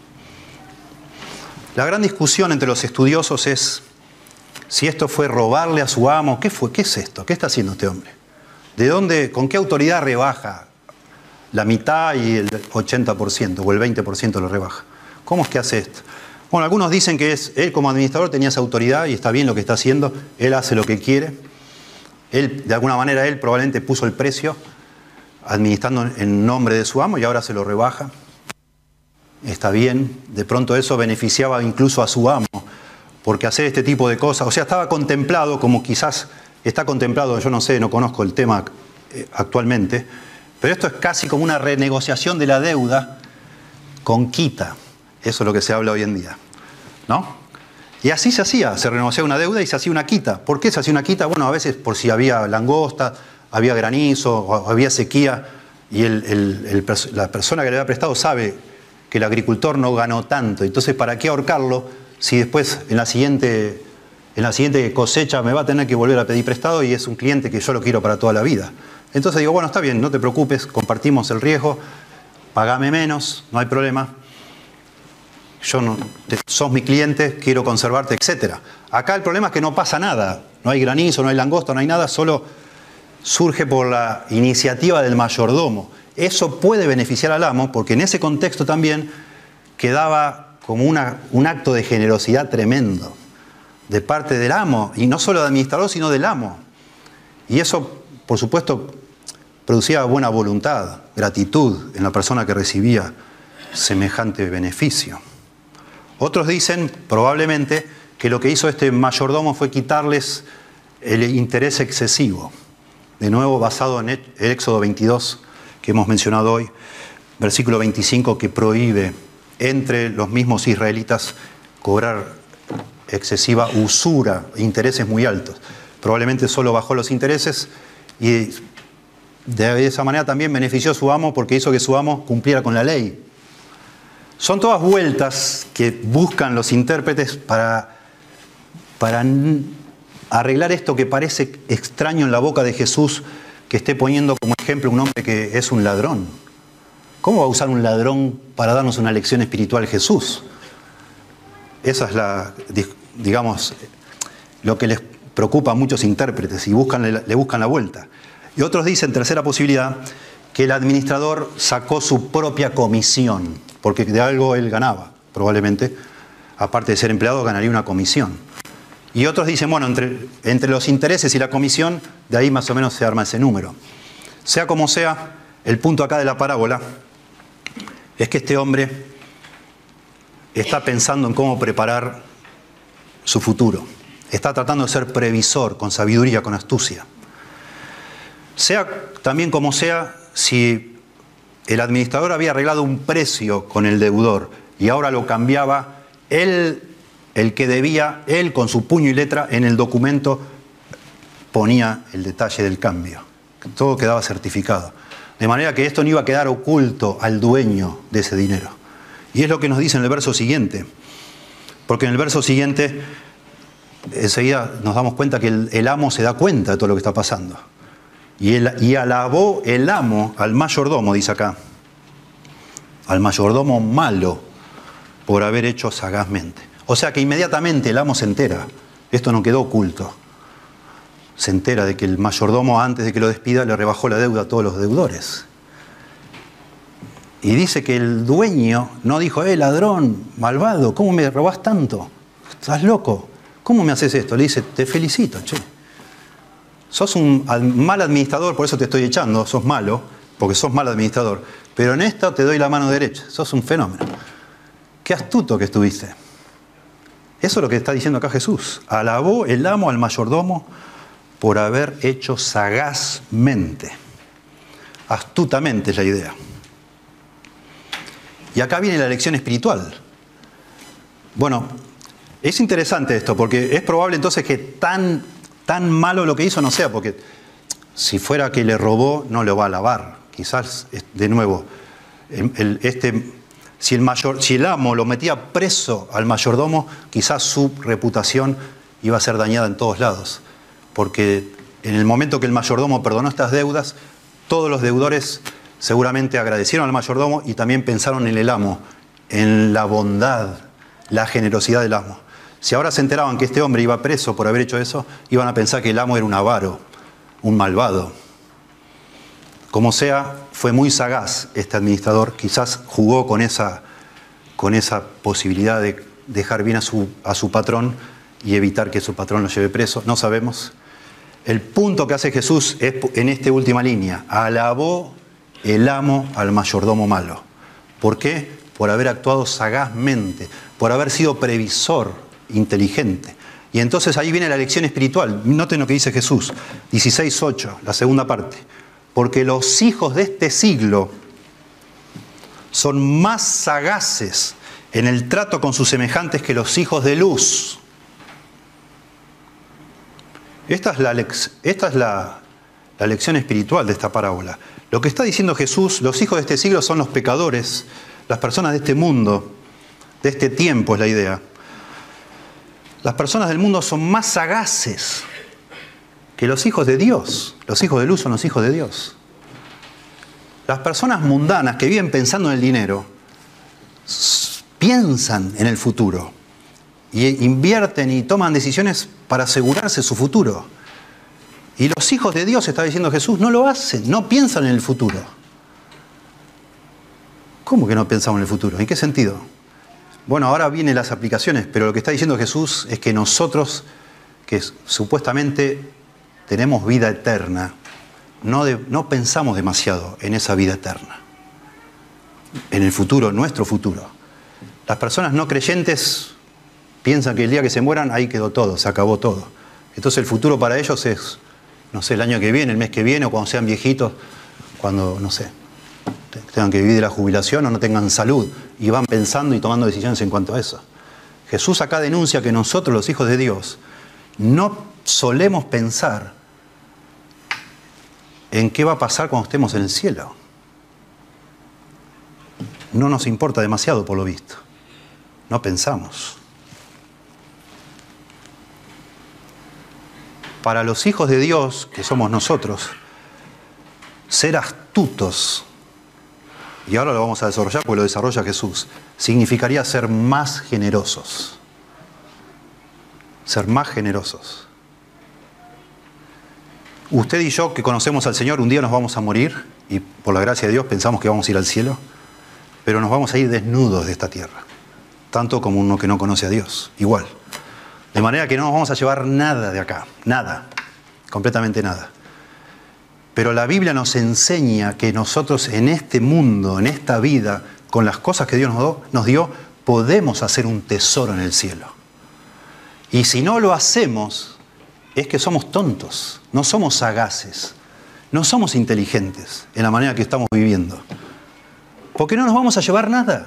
La gran discusión entre los estudiosos es si esto fue robarle a su amo. ¿Qué fue? ¿Qué es esto? ¿Qué está haciendo este hombre? ¿De dónde, con qué autoridad rebaja la mitad y el ochenta por ciento o el veinte por ciento lo rebaja? ¿Cómo es que hace esto? Bueno, algunos dicen que es, él como administrador tenía esa autoridad y está bien lo que está haciendo. Él hace lo que quiere. Él, de alguna manera, él probablemente puso el precio administrando en nombre de su amo y ahora se lo rebaja. Está bien. De pronto eso beneficiaba incluso a su amo, porque hacer este tipo de cosas, o sea, estaba contemplado como quizás está contemplado, yo no sé, no conozco el tema actualmente, pero esto es casi como una renegociación de la deuda con quita. Eso es lo que se habla hoy en día, ¿no? Y así se hacía, se renegociaba una deuda y se hacía una quita. ¿Por qué se hacía una quita? Bueno, a veces por si había langosta, había granizo, o había sequía, y el, el, el, la persona que le había prestado sabe que el agricultor no ganó tanto. Entonces, ¿para qué ahorcarlo si después en la siguiente, en la siguiente cosecha me va a tener que volver a pedir prestado y es un cliente que yo lo quiero para toda la vida? Entonces digo, bueno, está bien, no te preocupes, compartimos el riesgo, pagame menos, no hay problema. Yo no, te, sos mi cliente, quiero conservarte, etcétera. Acá el problema es que no pasa nada, no hay granizo, no hay langosta, no hay nada, solo surge por la iniciativa del mayordomo. Eso puede beneficiar al amo, porque en ese contexto también quedaba como una, un acto de generosidad tremendo de parte del amo, y no solo del administrador, sino del amo. Y eso, por supuesto, producía buena voluntad, gratitud en la persona que recibía semejante beneficio. Otros dicen, probablemente, que lo que hizo este mayordomo fue quitarles el interés excesivo. De nuevo, basado en el Éxodo veintidós, que hemos mencionado hoy, versículo veinticinco, que prohíbe entre los mismos israelitas cobrar excesiva usura, intereses muy altos. Probablemente solo bajó los intereses y de esa manera también benefició a su amo porque hizo que su amo cumpliera con la ley. Son todas vueltas que buscan los intérpretes para, para arreglar esto que parece extraño en la boca de Jesús, que esté poniendo como ejemplo un hombre que es un ladrón. ¿Cómo va a usar un ladrón para darnos una lección espiritual Jesús? Esa es la, digamos, lo que les preocupa a muchos intérpretes y buscan, le buscan la vuelta. Y otros dicen, tercera posibilidad, que el administrador sacó su propia comisión, porque de algo él ganaba, probablemente, aparte de ser empleado, ganaría una comisión. Y otros dicen, bueno, entre, entre los intereses y la comisión, de ahí más o menos se arma ese número. Sea como sea, el punto acá de la parábola es que este hombre está pensando en cómo preparar su futuro. Está tratando de ser previsor, con sabiduría, con astucia. Sea también como sea, si el administrador había arreglado un precio con el deudor y ahora lo cambiaba, él, el que debía, él con su puño y letra en el documento ponía el detalle del cambio. Todo quedaba certificado. De manera que esto no iba a quedar oculto al dueño de ese dinero. Y es lo que nos dice en el verso siguiente. Porque en el verso siguiente, enseguida nos damos cuenta que el, el amo se da cuenta de todo lo que está pasando. Y, el, y alabó el amo al mayordomo, dice acá. Al mayordomo malo por haber hecho sagazmente. O sea que inmediatamente el amo se entera. Esto no quedó oculto. Se entera de que el mayordomo, antes de que lo despida, le rebajó la deuda a todos los deudores. Y dice que el dueño no dijo, eh, ladrón, malvado, ¿cómo me robás tanto? ¿Estás loco? ¿Cómo me haces esto? Le dice, te felicito, che. sos un mal administrador, por eso te estoy echando, sos malo, porque sos mal administrador. Pero en esto te doy la mano derecha, sos un fenómeno. Qué astuto que estuviste. Eso es lo que está diciendo acá Jesús. Alabó el amo al mayordomo por haber hecho sagazmente. Astutamente es la idea. Y acá viene la lección espiritual. Bueno, es interesante esto, porque es probable entonces que tan, tan malo lo que hizo no sea, porque si fuera que le robó, no lo va a alabar. Quizás, de nuevo, el, este, si, el mayor, si el amo lo metía preso al mayordomo, quizás su reputación iba a ser dañada en todos lados. Porque en el momento que el mayordomo perdonó estas deudas, todos los deudores seguramente agradecieron al mayordomo y también pensaron en el amo, en la bondad, la generosidad del amo. Si ahora se enteraban que este hombre iba preso por haber hecho eso, iban a pensar que el amo era un avaro, un malvado. Como sea, fue muy sagaz este administrador, quizás jugó con esa, con esa posibilidad de dejar bien a su, a su patrón y evitar que su patrón lo lleve preso, no sabemos. El punto que hace Jesús es en esta última línea, alabó el amo al mayordomo malo. ¿Por qué? Por haber actuado sagazmente, por haber sido previsor, inteligente. Y entonces ahí viene la lección espiritual. Noten lo que dice Jesús, dieciséis ocho, la segunda parte. Porque los hijos de este siglo son más sagaces en el trato con sus semejantes que los hijos de luz. Esta es la, esta es la, la lección espiritual de esta parábola. Lo que está diciendo Jesús, los hijos de este siglo son los pecadores, las personas de este mundo, de este tiempo es la idea. Las personas del mundo son más sagaces que los hijos de Dios. Los hijos de luz son los hijos de Dios. Las personas mundanas que viven pensando en el dinero, piensan en el futuro y invierten y toman decisiones para asegurarse su futuro. Y los hijos de Dios, está diciendo Jesús, no lo hacen, no piensan en el futuro. ¿Cómo que no pensamos en el futuro? ¿En qué sentido? Bueno, ahora vienen las aplicaciones, pero lo que está diciendo Jesús es que nosotros, que supuestamente tenemos vida eterna, no, de, no pensamos demasiado en esa vida eterna, en el futuro, nuestro futuro. Las personas no creyentes piensan que el día que se mueran, ahí quedó todo, se acabó todo. Entonces el futuro para ellos es, no sé, el año que viene, el mes que viene, o cuando sean viejitos, cuando, no sé, tengan que vivir de la jubilación o no tengan salud, y van pensando y tomando decisiones en cuanto a eso. Jesús acá denuncia que nosotros, los hijos de Dios, no solemos pensar en qué va a pasar cuando estemos en el cielo. No nos importa demasiado, por lo visto. No pensamos. Para los hijos de Dios, que somos nosotros, ser astutos, y ahora lo vamos a desarrollar porque lo desarrolla Jesús, significaría ser más generosos. Ser más generosos. Usted y yo que conocemos al Señor, un día nos vamos a morir y por la gracia de Dios pensamos que vamos a ir al cielo, pero nos vamos a ir desnudos de esta tierra, tanto como uno que no conoce a Dios, igual. De manera que no nos vamos a llevar nada de acá, nada, completamente nada. Pero la Biblia nos enseña que nosotros en este mundo, en esta vida, con las cosas que Dios nos dio, nos dio, podemos hacer un tesoro en el cielo. Y si no lo hacemos, es que somos tontos, no somos sagaces, no somos inteligentes en la manera que estamos viviendo. Porque no nos vamos a llevar nada.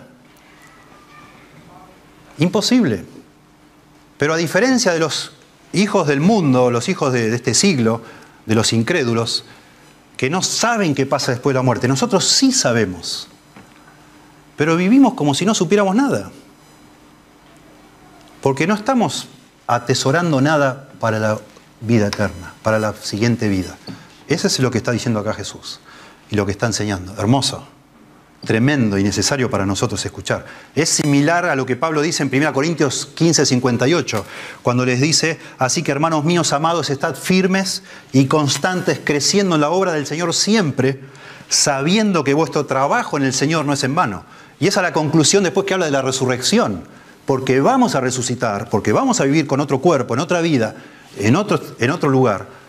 Imposible. Pero a diferencia de los hijos del mundo, los hijos de, de este siglo, de los incrédulos, que no saben qué pasa después de la muerte, nosotros sí sabemos. Pero vivimos como si no supiéramos nada. Porque no estamos atesorando nada para la vida eterna, para la siguiente vida. Eso es lo que está diciendo acá Jesús y lo que está enseñando. Hermoso, tremendo y necesario para nosotros escuchar. Es similar a lo que Pablo dice en primera Corintios quince, cincuenta y ocho, cuando les dice: así que, hermanos míos amados, estad firmes y constantes, creciendo en la obra del Señor siempre, sabiendo que vuestro trabajo en el Señor no es en vano. Y esa es la conclusión después que habla de la resurrección. Porque vamos a resucitar, porque vamos a vivir con otro cuerpo, en otra vida, en otro, en otro lugar.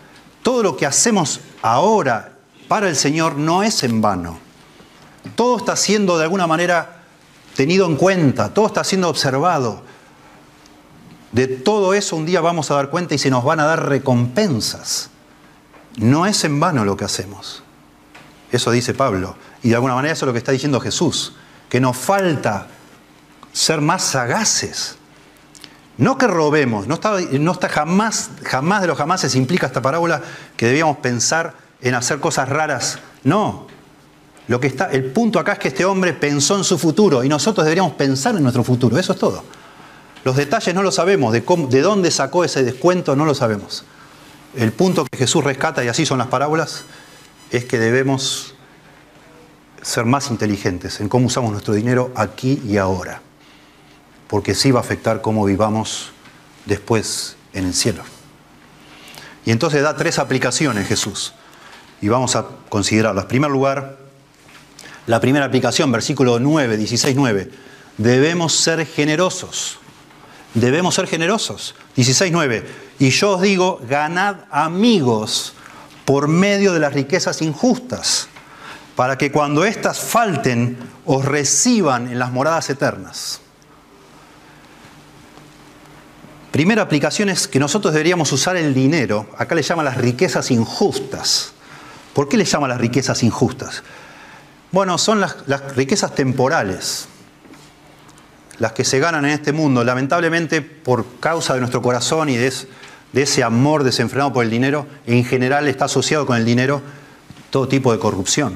todo lo que hacemos ahora para el Señor no es en vano. Todo está siendo de alguna manera tenido en cuenta, todo está siendo observado. De todo eso un día vamos a dar cuenta y se nos van a dar recompensas. No es en vano lo que hacemos. Eso dice Pablo. Y de alguna manera eso es lo que está diciendo Jesús. Que nos falta ser más sagaces. No que robemos. No está, no está jamás, jamás de los jamases implica esta parábola que debíamos pensar en hacer cosas raras. No. Lo que está, el punto acá es que este hombre pensó en su futuro y nosotros deberíamos pensar en nuestro futuro. Eso es todo. Los detalles no lo sabemos. De, cómo, de dónde sacó ese descuento no lo sabemos. El punto que Jesús rescata, y así son las parábolas, es que debemos ser más inteligentes en cómo usamos nuestro dinero aquí y ahora. Porque sí va a afectar cómo vivamos después en el cielo. Y entonces da tres aplicaciones Jesús. Y vamos a considerarlas. En primer lugar, la primera aplicación, versículo nueve, dieciséis nueve. Debemos ser generosos. Debemos ser generosos. dieciséis nueve. Y yo os digo, ganad amigos por medio de las riquezas injustas, para que cuando éstas falten, os reciban en las moradas eternas. Primera aplicación es que nosotros deberíamos usar el dinero, acá le llaman las riquezas injustas. ¿Por qué le llaman las riquezas injustas? Bueno, son las, las riquezas temporales, las que se ganan en este mundo, lamentablemente por causa de nuestro corazón y de, es, de ese amor desenfrenado por el dinero. En general está asociado con el dinero todo tipo de corrupción.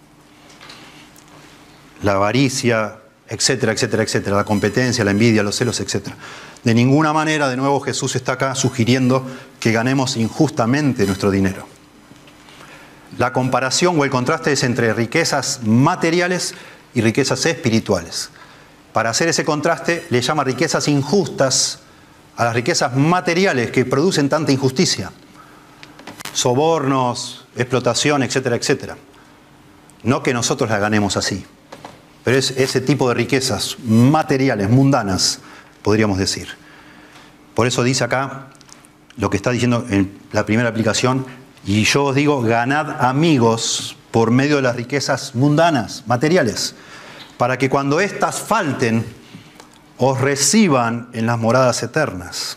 La avaricia, etcétera, etcétera, etcétera, la competencia, la envidia, los celos, etcétera. De ninguna manera, de nuevo, Jesús está acá sugiriendo que ganemos injustamente nuestro dinero. La comparación o el contraste es entre riquezas materiales y riquezas espirituales. Para hacer ese contraste, le llama riquezas injustas a las riquezas materiales que producen tanta injusticia. Sobornos, explotación, etcétera, etcétera. No que nosotros las ganemos así. Pero es ese tipo de riquezas materiales, mundanas, podríamos decir. Por eso dice acá lo que está diciendo en la primera aplicación, y yo os digo, ganad amigos por medio de las riquezas mundanas, materiales, para que cuando éstas falten, os reciban en las moradas eternas.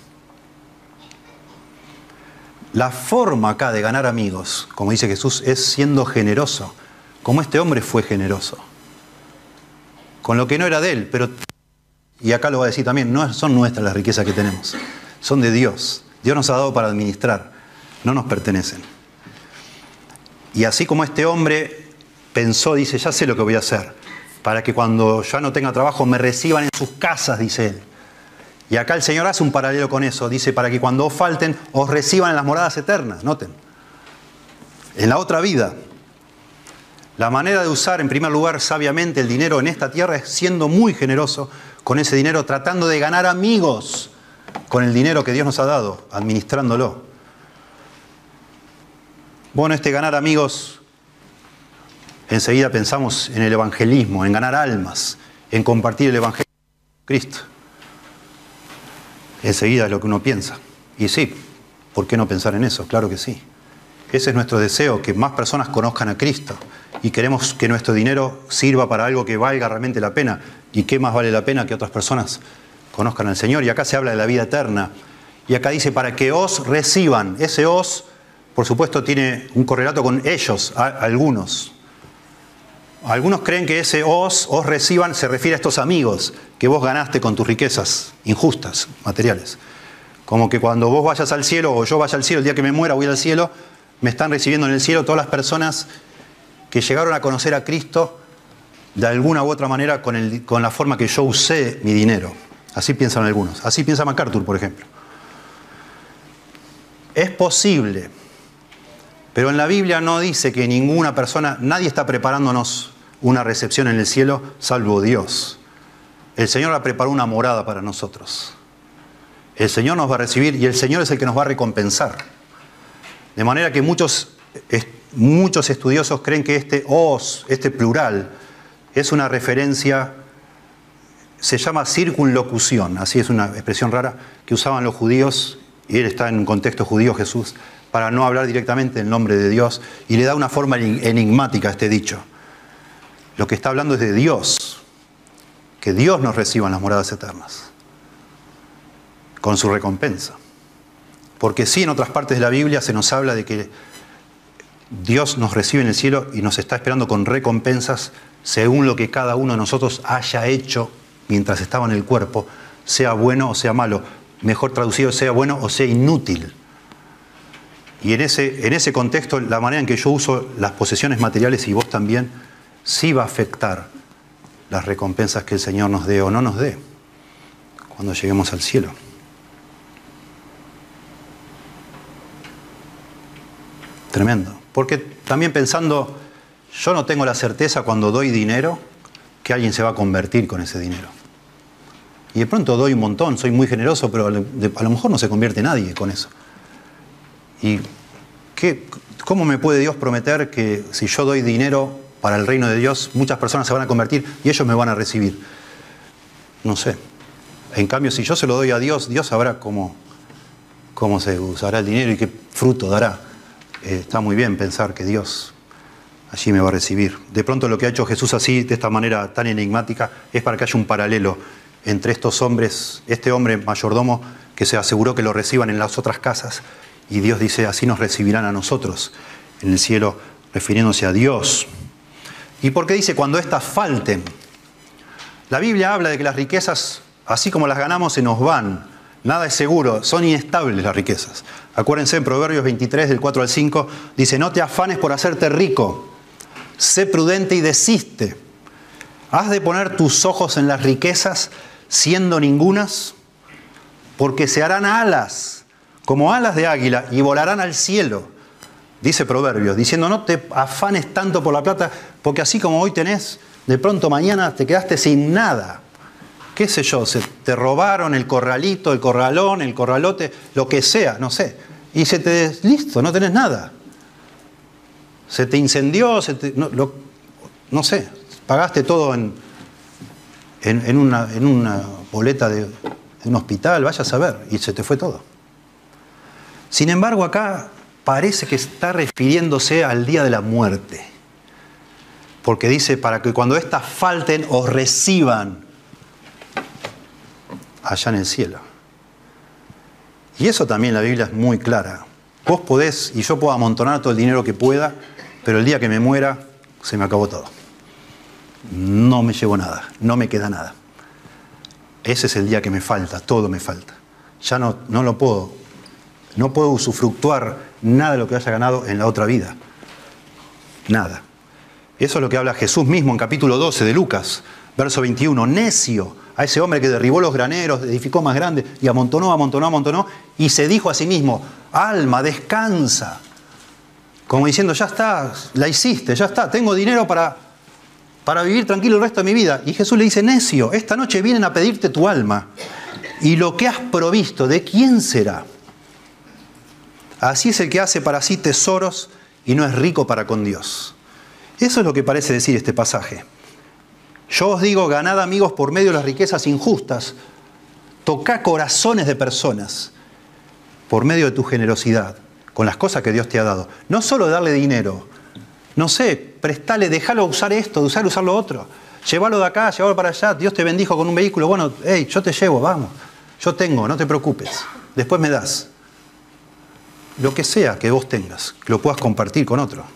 La forma acá de ganar amigos, como dice Jesús, es siendo generoso, como este hombre fue generoso. Con lo que no era de él, pero, y acá lo va a decir también, no son nuestras las riquezas que tenemos, son de Dios. Dios nos ha dado para administrar, no nos pertenecen. Y así como este hombre pensó, dice, ya sé lo que voy a hacer, para que cuando ya no tenga trabajo me reciban en sus casas, dice él. Y acá el Señor hace un paralelo con eso, dice, para que cuando os falten, os reciban en las moradas eternas, noten. En la otra vida. La manera de usar, en primer lugar, sabiamente el dinero en esta tierra es siendo muy generoso con ese dinero, tratando de ganar amigos con el dinero que Dios nos ha dado, administrándolo. Bueno, este ganar amigos, enseguida pensamos en el evangelismo, en ganar almas, en compartir el evangelio de Cristo. Enseguida es lo que uno piensa. Y sí, ¿por qué no pensar en eso? Claro que sí. Ese es nuestro deseo, que más personas conozcan a Cristo. Y queremos que nuestro dinero sirva para algo que valga realmente la pena. ¿Y qué más vale la pena que otras personas conozcan al Señor? Y acá se habla de la vida eterna. Y acá dice, para que os reciban. Ese os, por supuesto, tiene un correlato con ellos, a, algunos. Algunos creen que ese os, os reciban, se refiere a estos amigos que vos ganaste con tus riquezas injustas, materiales. Como que cuando vos vayas al cielo, o yo vaya al cielo, el día que me muera voy al cielo, me están recibiendo en el cielo todas las personas que llegaron a conocer a Cristo de alguna u otra manera con, el, con la forma que yo usé mi dinero. Así piensan algunos. Así piensa MacArthur, por ejemplo. Es posible, pero en la Biblia no dice que ninguna persona, nadie está preparándonos una recepción en el cielo, salvo Dios. El Señor ha preparado una morada para nosotros. El Señor nos va a recibir y el Señor es el que nos va a recompensar. De manera que muchos, muchos estudiosos creen que este os, este plural, es una referencia, se llama circunlocución, así es una expresión rara que usaban los judíos, y él está en un contexto judío, Jesús, para no hablar directamente el nombre de Dios, y le da una forma enigmática a este dicho. Lo que está hablando es de Dios, que Dios nos reciba en las moradas eternas, con su recompensa. Porque sí, en otras partes de la Biblia se nos habla de que Dios nos recibe en el cielo y nos está esperando con recompensas según lo que cada uno de nosotros haya hecho mientras estaba en el cuerpo, sea bueno o sea malo. Mejor traducido, sea bueno o sea inútil. Y en ese, en ese contexto, la manera en que yo uso las posesiones materiales, y vos también, sí va a afectar las recompensas que el Señor nos dé o no nos dé cuando lleguemos al cielo. Tremendo. Porque también pensando, yo no tengo la certeza cuando doy dinero que alguien se va a convertir con ese dinero. Y de pronto doy un montón, soy muy generoso, pero a lo mejor no se convierte nadie con eso. ¿Y qué, cómo me puede Dios prometer que si yo doy dinero para el reino de Dios, muchas personas se van a convertir y ellos me van a recibir? No sé. En cambio, si yo se lo doy a Dios, Dios sabrá cómo, cómo se usará el dinero y qué fruto dará. Eh, está muy bien pensar que Dios allí me va a recibir. De pronto lo que ha hecho Jesús así, de esta manera tan enigmática, es para que haya un paralelo entre estos hombres, este hombre mayordomo que se aseguró que lo reciban en las otras casas, y Dios dice, así nos recibirán a nosotros en el cielo, refiriéndose a Dios. ¿Y por qué dice cuando éstas falten? La Biblia habla de que las riquezas, así como las ganamos, se nos van. Nada es seguro, son inestables las riquezas. Acuérdense en Proverbios veintitrés, del cuatro al cinco, dice, no te afanes por hacerte rico, sé prudente y desiste. ¿Has de poner tus ojos en las riquezas siendo ningunas? Porque se harán alas, como alas de águila, y volarán al cielo. Dice Proverbios, diciendo, no te afanes tanto por la plata, porque así como hoy tenés, de pronto mañana te quedaste sin nada. ¿Qué sé yo? Se te robaron el corralito, el corralón, el corralote, lo que sea, no sé. Y se te... listo, no tenés nada. Se te incendió, se te, no, lo, no sé, pagaste todo en, en, en, una, en una boleta de, de un hospital, vaya a saber, y se te fue todo. Sin embargo, acá parece que está refiriéndose al día de la muerte. Porque dice, para que cuando éstas falten os reciban allá en el cielo. Y eso también la Biblia es muy clara. Vos podés, y yo puedo amontonar todo el dinero que pueda, pero el día que me muera, se me acabó todo. No me llevo nada, no me queda nada. Ese es el día que me falta, todo me falta. Ya no, no lo puedo, no puedo usufructuar nada de lo que haya ganado en la otra vida. Nada. Eso es lo que habla Jesús mismo en capítulo doce de Lucas, verso veintiuno. Necio, a ese hombre que derribó los graneros, edificó más grandes y amontonó, amontonó, amontonó, y se dijo a sí mismo, alma, descansa. Como diciendo, ya está, la hiciste, ya está, tengo dinero para, para vivir tranquilo el resto de mi vida. Y Jesús le dice, necio, esta noche vienen a pedirte tu alma, y lo que has provisto, ¿de quién será? Así es el que hace para sí tesoros y no es rico para con Dios. Eso es lo que parece decir este pasaje. Yo os digo, ganad amigos por medio de las riquezas injustas, tocá corazones de personas por medio de tu generosidad, con las cosas que Dios te ha dado. No solo darle dinero, no sé, prestale, déjalo usar esto, usar, usar lo otro. Llévalo de acá, llévalo para allá, Dios te bendijo con un vehículo, bueno, hey, yo te llevo, vamos, yo tengo, no te preocupes, después me das. Lo que sea que vos tengas, que lo puedas compartir con otro.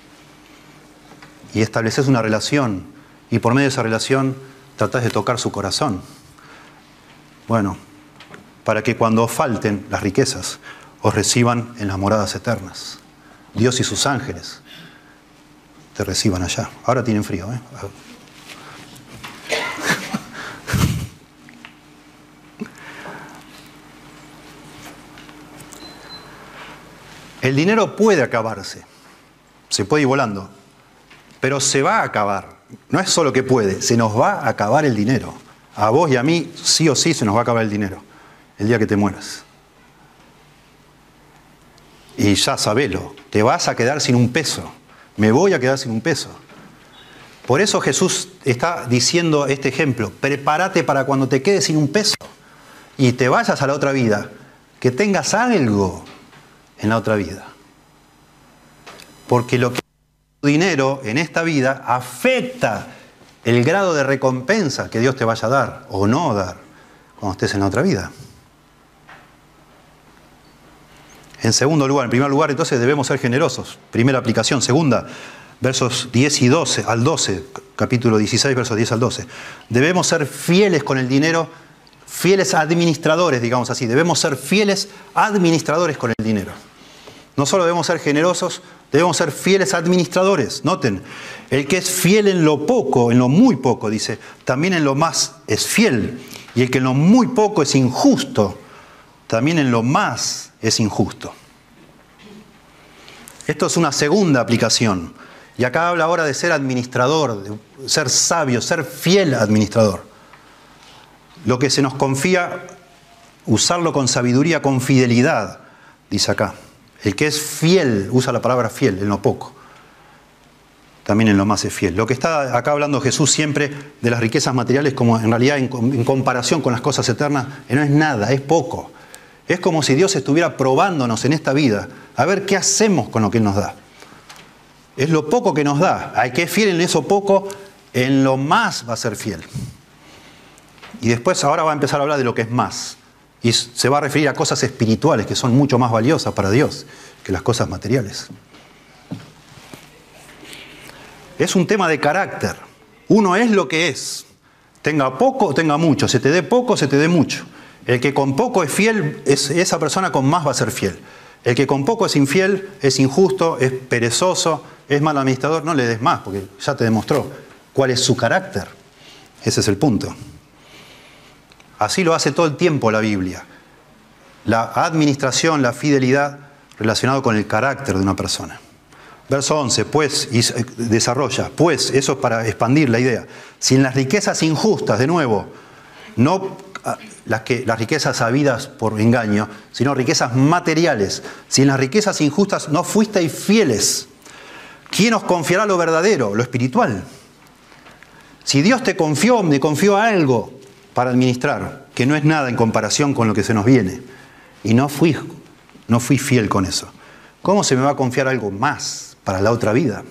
Y estableces una relación, y por medio de esa relación tratás de tocar su corazón. Bueno, para que cuando os falten las riquezas, os reciban en las moradas eternas. Dios y sus ángeles te reciban allá. Ahora tienen frío, ¿eh? El dinero puede acabarse, se puede ir volando, pero se va a acabar. No es solo que puede, se nos va a acabar el dinero. A vos y a mí, sí o sí, se nos va a acabar el dinero el día que te mueras. Y ya sabelo, te vas a quedar sin un peso. Me voy a quedar sin un peso. Por eso Jesús está diciendo este ejemplo. Prepárate para cuando te quedes sin un peso y te vayas a la otra vida, que tengas algo en la otra vida. Porque lo que es tu dinero en esta vida afecta el grado de recompensa que Dios te vaya a dar o no dar cuando estés en la otra vida. En segundo lugar, en primer lugar, entonces debemos ser generosos. Primera aplicación. Segunda, versos diez y doce al doce, capítulo dieciséis, versos diez al doce. Debemos ser fieles con el dinero, fieles administradores, digamos así. Debemos ser fieles administradores con el dinero. No solo debemos ser generosos, debemos ser fieles administradores. Noten, el que es fiel en lo poco, en lo muy poco, dice, también en lo más es fiel. Y el que en lo muy poco es injusto, también en lo más es injusto. Esto es una segunda aplicación. Y acá habla ahora de ser administrador, de ser sabio, ser fiel administrador. Lo que se nos confía, usarlo con sabiduría, con fidelidad, dice acá. El que es fiel, usa la palabra fiel, en lo poco. También en lo más es fiel. Lo que está acá hablando Jesús siempre de las riquezas materiales, como en realidad en, en comparación con las cosas eternas, no es nada, es poco. Es como si Dios estuviera probándonos en esta vida, a ver qué hacemos con lo que Él nos da. Es lo poco que nos da. Hay que ser fiel en eso poco, en lo más va a ser fiel. Y después ahora va a empezar a hablar de lo que es más. Y se va a referir a cosas espirituales que son mucho más valiosas para Dios que las cosas materiales. Es un tema de carácter. Uno es lo que es. Tenga poco o tenga mucho. Se te dé poco o se te dé mucho. El que con poco es fiel, es, esa persona con más va a ser fiel. El que con poco es infiel, es injusto, es perezoso, es mal administrador, no le des más, porque ya te demostró cuál es su carácter. Ese es el punto. Así lo hace todo el tiempo la Biblia. La administración, la fidelidad, relacionado con el carácter de una persona. Verso once, pues, y desarrolla, pues, eso es para expandir la idea. Si en las riquezas injustas, de nuevo, no las, que, las riquezas habidas por engaño, sino riquezas materiales, si en las riquezas injustas no fuisteis fieles, ¿quién os confiará lo verdadero, lo espiritual? Si Dios te confió, me confió algo para administrar, que no es nada en comparación con lo que se nos viene, y no fui, no fui fiel con eso, ¿cómo se me va a confiar algo más para la otra vida?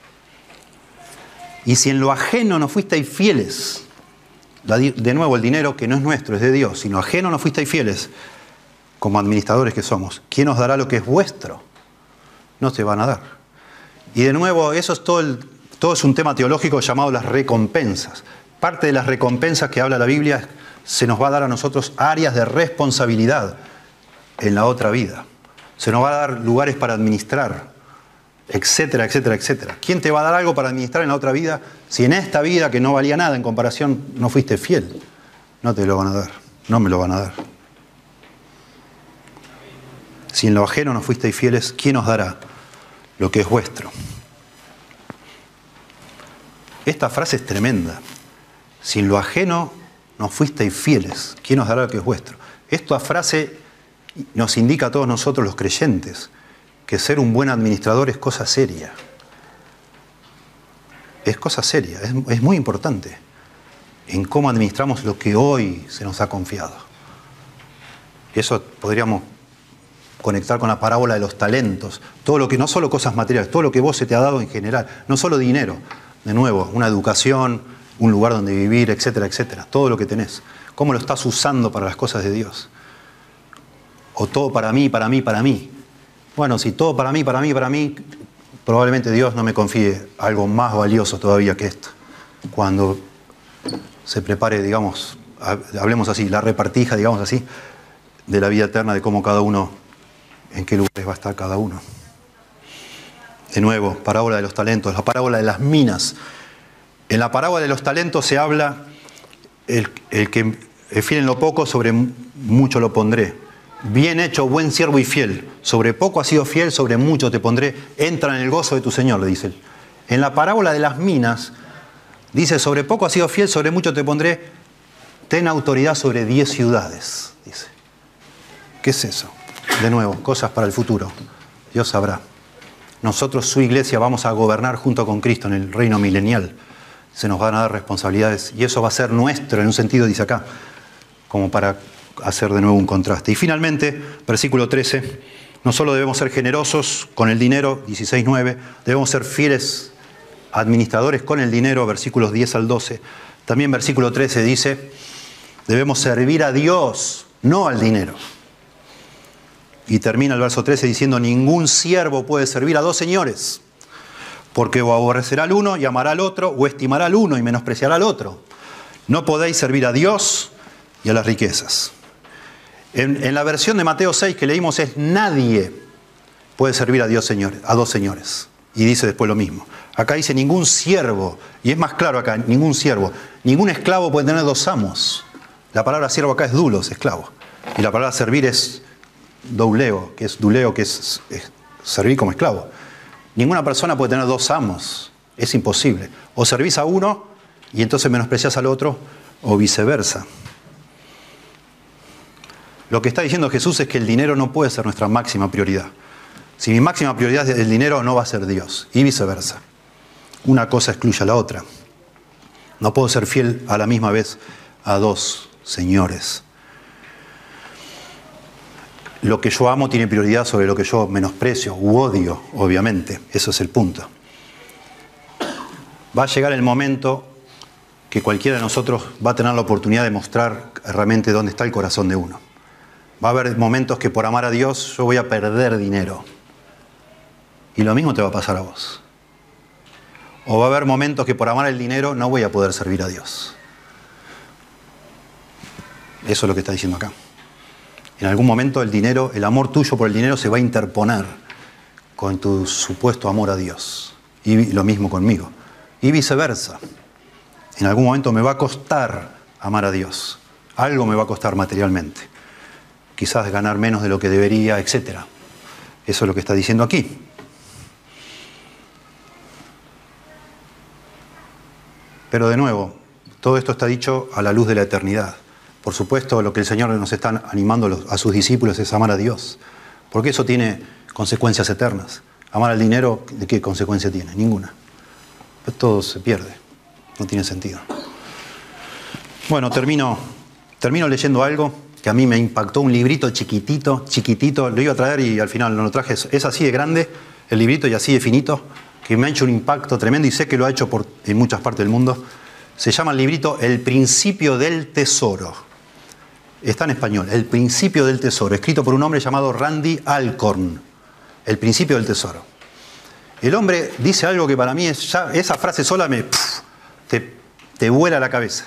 Y si en lo ajeno no fuisteis fieles, de nuevo el dinero que no es nuestro, es de Dios, si en lo ajeno no fuisteis fieles, como administradores que somos, ¿quién os dará lo que es vuestro? No te van a dar. Y de nuevo, eso es todo, el, todo es un tema teológico llamado las recompensas. Parte de las recompensas que habla la Biblia se nos va a dar a nosotros áreas de responsabilidad en la otra vida. Se nos va a dar lugares para administrar, etcétera, etcétera, etcétera. ¿Quién te va a dar algo para administrar en la otra vida si en esta vida que no valía nada en comparación no fuiste fiel? No te lo van a dar, no me lo van a dar. Si en lo ajeno no fuisteis fieles, ¿quién os dará lo que es vuestro? Esta frase es tremenda. Si en lo ajeno no fuisteis fieles, ¿quién os dará lo que es vuestro? Esta frase nos indica a todos nosotros los creyentes que ser un buen administrador es cosa seria. Es cosa seria, es, es muy importante en cómo administramos lo que hoy se nos ha confiado. Eso podríamos conectar con la parábola de los talentos. Todo lo que, no solo cosas materiales, todo lo que vos se te ha dado en general, no solo dinero, de nuevo, una educación, un lugar donde vivir, etcétera, etcétera. Todo lo que tenés. ¿Cómo lo estás usando para las cosas de Dios? O todo para mí, para mí, para mí. Bueno, si todo para mí, para mí, para mí, probablemente Dios no me confíe algo más valioso todavía que esto. Cuando se prepare, digamos, hablemos así, la repartija, digamos así, de la vida eterna, de cómo cada uno, en qué lugares va a estar cada uno. De nuevo, parábola de los talentos, la parábola de las minas. En la parábola de los talentos se habla, el, el que es fiel en lo poco, sobre mucho lo pondré. Bien hecho, buen siervo y fiel. Sobre poco has sido fiel, sobre mucho te pondré. Entra en el gozo de tu Señor, le dice él. En la parábola de las minas, dice, sobre poco has sido fiel, sobre mucho te pondré. Ten autoridad sobre diez ciudades, dice. ¿Qué es eso? De nuevo, cosas para el futuro. Dios sabrá. Nosotros, su iglesia, vamos a gobernar junto con Cristo en el reino milenial. Se nos van a dar responsabilidades y eso va a ser nuestro, en un sentido, dice acá, como para hacer de nuevo un contraste. Y finalmente, versículo trece, No solo debemos ser generosos con el dinero, dieciséis nueve, debemos ser fieles administradores con el dinero, versículos diez al doce. También versículo trece dice, debemos servir a Dios, no al dinero. Y termina el verso trece diciendo, ningún siervo puede servir a dos señores, porque o aborrecerá al uno y amará al otro, o estimará al uno y menospreciará al otro. No podéis servir a Dios y a las riquezas. En, en la versión de Mateo seis que leímos es, nadie puede servir a Dios señores, a dos señores. Y dice después lo mismo. Acá dice ningún siervo, y es más claro acá, ningún siervo, ningún esclavo puede tener dos amos. La palabra siervo acá es dulos, esclavo. Y la palabra servir es douleo, que es duleo, que es, es servir como esclavo. Ninguna persona puede tener dos amos, es imposible. O servís a uno y entonces menospreciás al otro, o viceversa. Lo que está diciendo Jesús es que el dinero no puede ser nuestra máxima prioridad. Si mi máxima prioridad es el dinero, no va a ser Dios, y viceversa. Una cosa excluye a la otra. No puedo ser fiel a la misma vez a dos señores. Lo que yo amo tiene prioridad sobre lo que yo menosprecio u odio, obviamente. Eso es el punto. Va a llegar el momento que cualquiera de nosotros va a tener la oportunidad de mostrar realmente dónde está el corazón de uno. Va a haber momentos que por amar a Dios yo voy a perder dinero. Y lo mismo te va a pasar a vos. O va a haber momentos que por amar el dinero no voy a poder servir a Dios. Eso es lo que está diciendo acá. En algún momento el dinero, el amor tuyo por el dinero se va a interponer con tu supuesto amor a Dios. Y lo mismo conmigo. Y viceversa. En algún momento me va a costar amar a Dios. Algo me va a costar materialmente. Quizás ganar menos de lo que debería, etcétera. Eso es lo que está diciendo aquí. Pero de nuevo, todo esto está dicho a la luz de la eternidad. Por supuesto, lo que el Señor nos está animando a sus discípulos es amar a Dios. Porque eso tiene consecuencias eternas. Amar al dinero, ¿de qué consecuencia tiene? Ninguna. Pues todo se pierde. No tiene sentido. Bueno, termino, termino leyendo algo que a mí me impactó, un librito chiquitito, chiquitito. Lo iba a traer y al final no lo traje. Es así de grande el librito y así de finito, que me ha hecho un impacto tremendo y sé que lo ha hecho por, en muchas partes del mundo. Se llama el librito El principio del tesoro. Está en español, El principio del tesoro, escrito por un hombre llamado Randy Alcorn. El principio del tesoro. El hombre dice algo que para mí, es ya, esa frase sola me pff, te, te vuela la cabeza.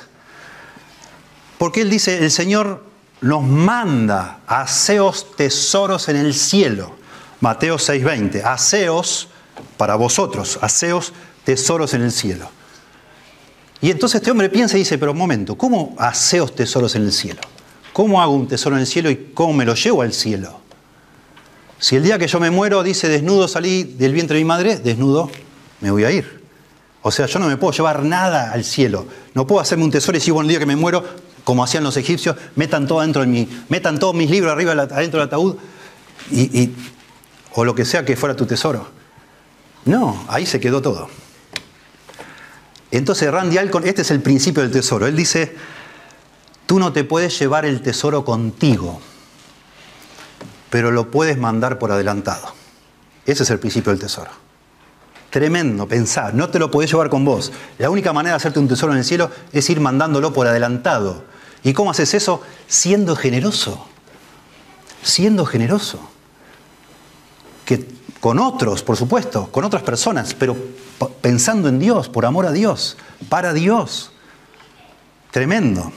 Porque él dice, el Señor nos manda haceos tesoros en el cielo. Mateo seis veinte, haceos para vosotros, haceos tesoros en el cielo. Y entonces este hombre piensa y dice, pero un momento, ¿cómo haceos tesoros en el cielo? ¿Cómo hago un tesoro en el cielo y cómo me lo llevo al cielo? Si el día que yo me muero, dice, desnudo salí del vientre de mi madre, desnudo me voy a ir. O sea, yo no me puedo llevar nada al cielo. No puedo hacerme un tesoro y decir, bueno, el día que me muero, como hacían los egipcios, metan todo adentro de mí, metan todos mis libros arriba adentro del ataúd, y, y, o lo que sea que fuera tu tesoro. No, ahí se quedó todo. Entonces Randy Alcorn, este es el principio del tesoro. Él dice, tú no te puedes llevar el tesoro contigo, pero lo puedes mandar por adelantado. Ese es el principio del tesoro. Tremendo, pensar, no te lo podés llevar con vos. La única manera de hacerte un tesoro en el cielo es ir mandándolo por adelantado. ¿Y cómo haces eso? Siendo generoso. Siendo generoso. Que con otros, por supuesto, con otras personas, pero pensando en Dios, por amor a Dios, para Dios. Tremendo.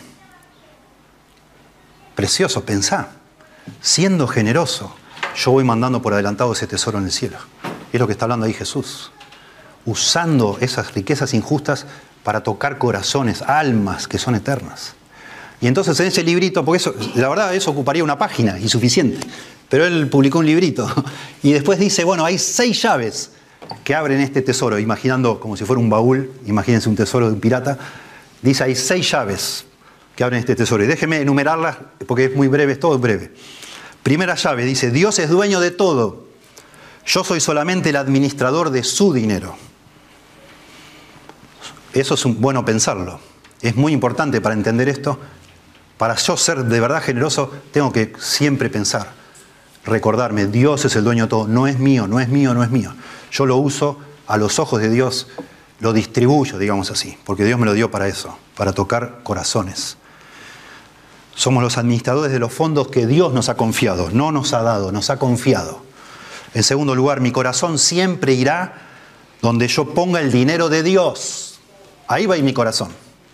Precioso, pensá. Siendo generoso, yo voy mandando por adelantado ese tesoro en el cielo. Es lo que está hablando ahí Jesús. Usando esas riquezas injustas para tocar corazones, almas que son eternas. Y entonces en ese librito, porque eso, la verdad eso ocuparía una página y suficiente, pero él publicó un librito y después dice, bueno, hay seis llaves que abren este tesoro, imaginando como si fuera un baúl, imagínense un tesoro de un pirata, dice hay seis llaves que abren este tesoro. Y déjenme enumerarlas porque es muy breve, es todo breve. Primera llave dice, Dios es dueño de todo, yo soy solamente el administrador de su dinero. Eso es un, bueno pensarlo. Es muy importante para entender esto. Para yo ser de verdad generoso, tengo que siempre pensar, recordarme, Dios es el dueño de todo, no es mío, no es mío, no es mío. Yo lo uso a los ojos de Dios, lo distribuyo, digamos así, porque Dios me lo dio para eso, para tocar corazones. Somos los administradores de los fondos que Dios nos ha confiado, no nos ha dado, nos ha confiado. En segundo lugar, mi corazón siempre irá donde yo ponga el dinero de Dios. Ahí va a ir mi corazón.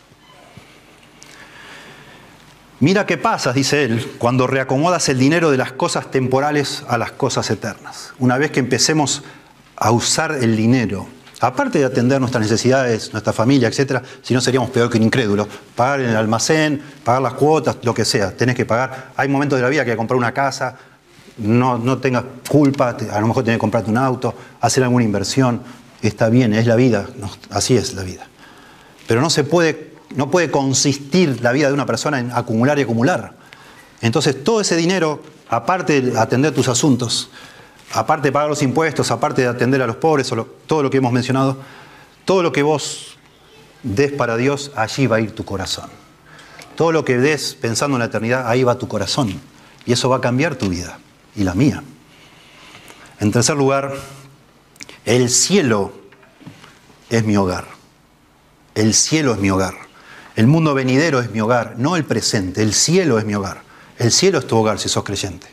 Mira qué pasa, dice él, cuando reacomodas el dinero de las cosas temporales a las cosas eternas. Una vez que empecemos a usar el dinero, aparte de atender nuestras necesidades, nuestra familia, etcétera, si no seríamos peor que un incrédulo, pagar en el almacén, pagar las cuotas, lo que sea, tenés que pagar. Hay momentos de la vida que hay que comprar una casa, no, no tengas culpa, a lo mejor tenés que comprarte un auto, hacer alguna inversión, está bien, es la vida, no, así es la vida. Pero no se puede... No puede consistir la vida de una persona en acumular y acumular. Entonces, todo ese dinero, aparte de atender tus asuntos, aparte de pagar los impuestos, aparte de atender a los pobres, o lo, todo lo que hemos mencionado, todo lo que vos des para Dios, allí va a ir tu corazón. Todo lo que des pensando en la eternidad, ahí va tu corazón. Y eso va a cambiar tu vida y la mía. En tercer lugar, el cielo es mi hogar. El cielo es mi hogar. El mundo venidero es mi hogar, no el presente. El cielo es mi hogar. El cielo es tu hogar si sos creyente.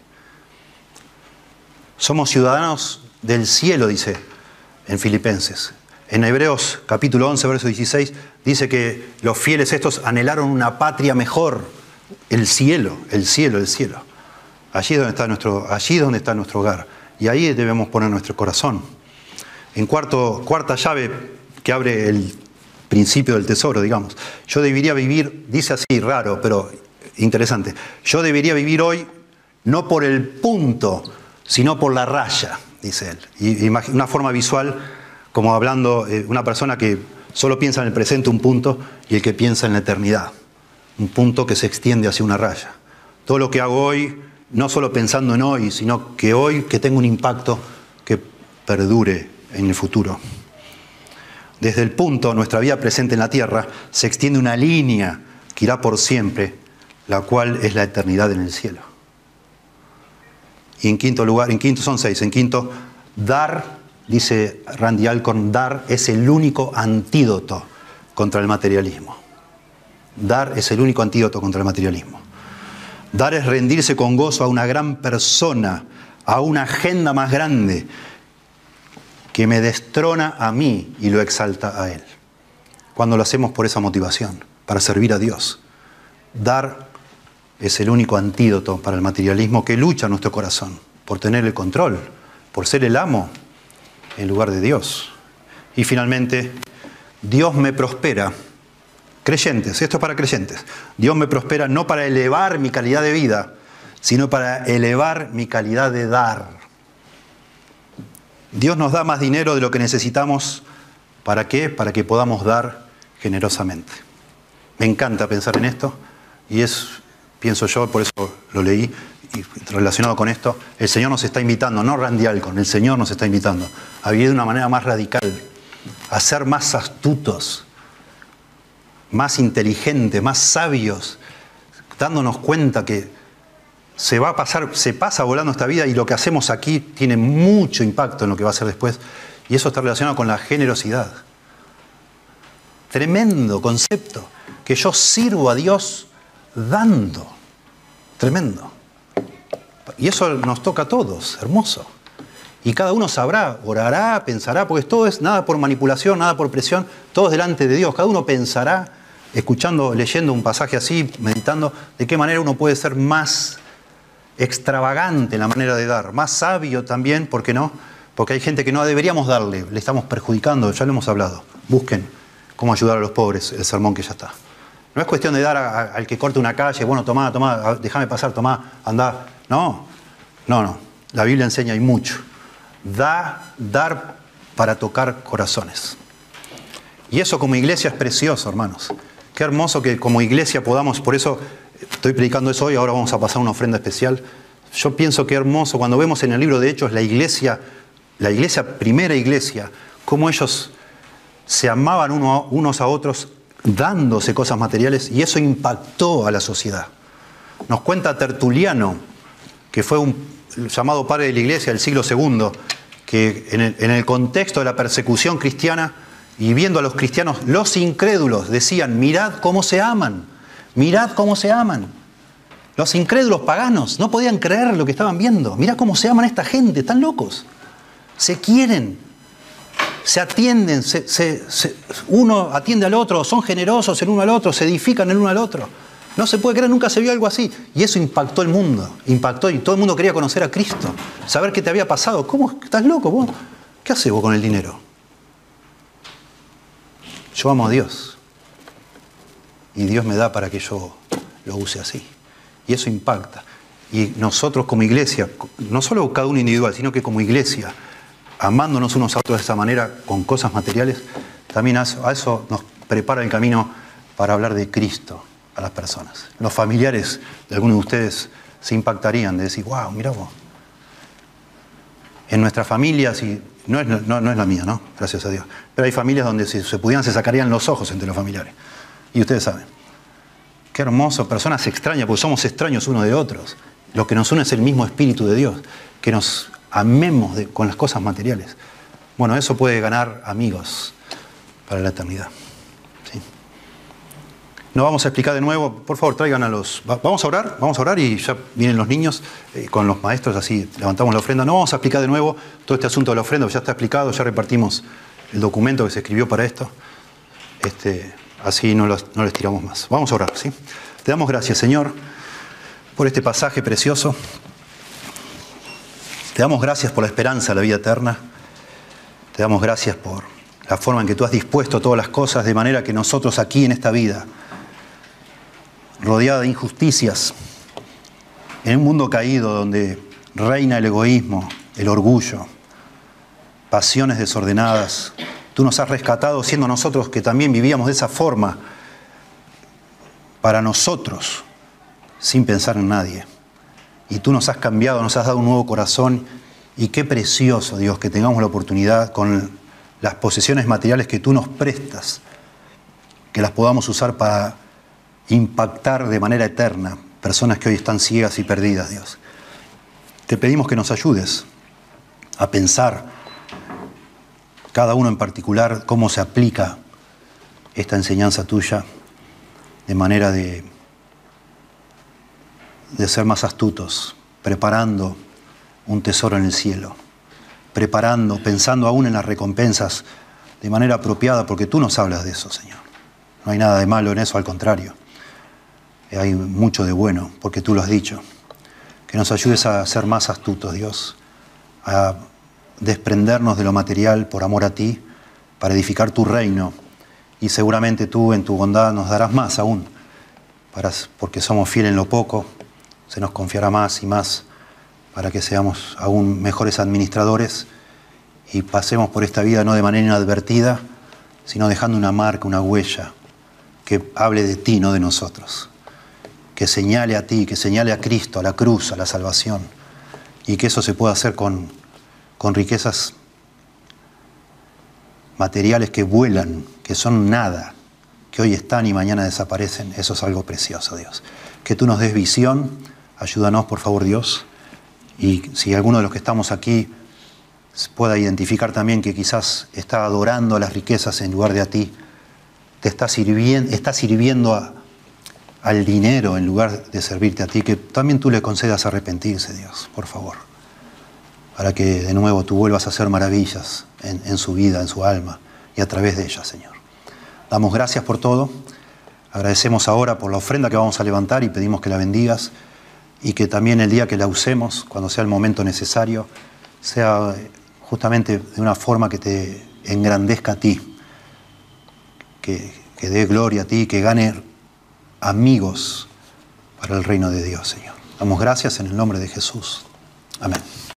Somos ciudadanos del cielo, dice en Filipenses. En Hebreos capítulo once, verso dieciséis, dice que los fieles estos anhelaron una patria mejor. El cielo, el cielo, el cielo. Allí es donde está nuestro, allí es donde está nuestro hogar. Y ahí debemos poner nuestro corazón. En cuarto, cuarta llave que abre el principio del tesoro, digamos. Yo debería vivir, dice así, raro, pero interesante. Yo debería vivir hoy no por el punto, sino por la raya, dice él. Y una forma visual, como hablando eh, una persona que solo piensa en el presente un punto y el que piensa en la eternidad. Un punto que se extiende hacia una raya. Todo lo que hago hoy, no solo pensando en hoy, sino que hoy que tenga un impacto que perdure en el futuro. Desde el punto, nuestra vida presente en la tierra, se extiende una línea que irá por siempre, la cual es la eternidad en el cielo. Y en quinto lugar, en quinto son seis, en quinto, dar, dice Randy Alcorn, dar es el único antídoto contra el materialismo. Dar es el único antídoto contra el materialismo. Dar es rendirse con gozo a una gran persona, a una agenda más grande, que me destrona a mí y lo exalta a Él. Cuando lo hacemos por esa motivación, para servir a Dios. Dar es el único antídoto para el materialismo que lucha en nuestro corazón, por tener el control, por ser el amo en lugar de Dios. Y finalmente, Dios me prospera. Creyentes, esto es para creyentes. Dios me prospera no para elevar mi calidad de vida, sino para elevar mi calidad de dar. Dios nos da más dinero de lo que necesitamos. ¿Para qué? Para que podamos dar generosamente. Me encanta pensar en esto y es, pienso yo, por eso lo leí y relacionado con esto, el Señor nos está invitando, no Randy Alcorn, el Señor nos está invitando a vivir de una manera más radical, a ser más astutos, más inteligentes, más sabios, dándonos cuenta que Se va a pasar, se pasa volando esta vida y lo que hacemos aquí tiene mucho impacto en lo que va a ser después. Y eso está relacionado con la generosidad. Tremendo concepto. Que yo sirvo a Dios dando. Tremendo. Y eso nos toca a todos. Hermoso. Y cada uno sabrá, orará, pensará, porque todo es nada por manipulación, nada por presión. Todo es delante de Dios. Cada uno pensará, escuchando, leyendo un pasaje así, meditando, de qué manera uno puede ser más extravagante en la manera de dar, más sabio también, ¿por qué no? Porque hay gente que no deberíamos darle, le estamos perjudicando, ya lo hemos hablado. Busquen cómo ayudar a los pobres, el sermón que ya está. No es cuestión de dar a, a, al que corte una calle, bueno, tomá, tomá, déjame pasar, tomá, andá. No, no, no. La Biblia enseña, hay mucho. Da, dar para tocar corazones. Y eso como iglesia es precioso, hermanos. Qué hermoso que como iglesia podamos, por eso estoy predicando eso hoy, ahora vamos a pasar una ofrenda especial. Yo pienso que hermoso cuando vemos en el libro de Hechos la iglesia, la iglesia, primera iglesia, cómo ellos se amaban uno, unos a otros dándose cosas materiales y eso impactó a la sociedad. Nos cuenta Tertuliano, que fue un, el llamado padre de la Iglesia del siglo segundo, que en el, en el contexto de la persecución cristiana y viendo a los cristianos, los incrédulos decían, mirad cómo se aman, mirad cómo se aman. Los incrédulos paganos no podían creer lo que estaban viendo. Mirad cómo se aman a esta gente, están locos. Se quieren, se atienden, se, se, se, uno atiende al otro, son generosos el uno al otro, se edifican el uno al otro. No se puede creer, nunca se vio algo así. Y eso impactó el mundo, impactó y todo el mundo quería conocer a Cristo, saber qué te había pasado. ¿Cómo? ¿Estás loco vos? ¿Qué haces vos con el dinero? Yo amo a Dios y Dios me da para que yo lo use así. Y eso impacta. Y nosotros como iglesia, no solo cada uno individual, sino que como iglesia, amándonos unos a otros de esa manera, con cosas materiales, también a eso, a eso nos prepara el camino para hablar de Cristo a las personas. Los familiares de algunos de ustedes se impactarían de decir, wow, mirá vos. En nuestras familias, y no es, no, no es la mía, ¿no? Gracias a Dios. Pero hay familias donde si se pudieran se sacarían los ojos entre los familiares. Y ustedes saben. Qué hermoso, personas extrañas, porque somos extraños unos de otros. Lo que nos une es el mismo Espíritu de Dios, que nos amemos de, con las cosas materiales. Bueno, eso puede ganar amigos para la eternidad. ¿Sí? No vamos a explicar de nuevo, por favor, traigan a los... Vamos a orar, vamos a orar y ya vienen los niños eh, con los maestros, así levantamos la ofrenda. No vamos a explicar de nuevo todo este asunto de la ofrenda, ya está explicado, ya repartimos el documento que se escribió para esto. Este... Así no, los, no les tiramos más. Vamos a orar, ¿sí? Te damos gracias, Señor, por este pasaje precioso. Te damos gracias por la esperanza de la vida eterna. Te damos gracias por la forma en que tú has dispuesto todas las cosas, de manera que nosotros aquí en esta vida, rodeada de injusticias, en un mundo caído donde reina el egoísmo, el orgullo, pasiones desordenadas, tú nos has rescatado siendo nosotros que también vivíamos de esa forma para nosotros, sin pensar en nadie. Y tú nos has cambiado, nos has dado un nuevo corazón. Y qué precioso, Dios, que tengamos la oportunidad con las posesiones materiales que tú nos prestas, que las podamos usar para impactar de manera eterna personas que hoy están ciegas y perdidas, Dios. Te pedimos que nos ayudes a pensar cada uno en particular, cómo se aplica esta enseñanza tuya de manera de, de ser más astutos, preparando un tesoro en el cielo, preparando, pensando aún en las recompensas de manera apropiada, porque tú nos hablas de eso, Señor. No hay nada de malo en eso, al contrario. Hay mucho de bueno, porque tú lo has dicho. Que nos ayudes a ser más astutos, Dios, a desprendernos de lo material por amor a ti, para edificar tu reino, y seguramente tú en tu bondad nos darás más aún, para, porque somos fieles en lo poco, se nos confiará más y más, para que seamos aún mejores administradores y pasemos por esta vida no de manera inadvertida, sino dejando una marca, una huella, que hable de ti, no de nosotros, que señale a ti, que señale a Cristo, a la cruz, a la salvación, y que eso se pueda hacer con con riquezas materiales que vuelan, que son nada, que hoy están y mañana desaparecen. Eso es algo precioso, Dios. Que tú nos des visión, ayúdanos, por favor, Dios. Y si alguno de los que estamos aquí pueda identificar también que quizás está adorando a las riquezas en lugar de a ti, te está sirviendo, está sirviendo a, al dinero en lugar de servirte a ti, que también tú le concedas arrepentirse, Dios, por favor, para que de nuevo tú vuelvas a hacer maravillas en, en su vida, en su alma y a través de ella, Señor. Damos gracias por todo, agradecemos ahora por la ofrenda que vamos a levantar y pedimos que la bendigas y que también el día que la usemos, cuando sea el momento necesario, sea justamente de una forma que te engrandezca a ti, que, que dé gloria a ti, que gane amigos para el reino de Dios, Señor. Damos gracias en el nombre de Jesús. Amén.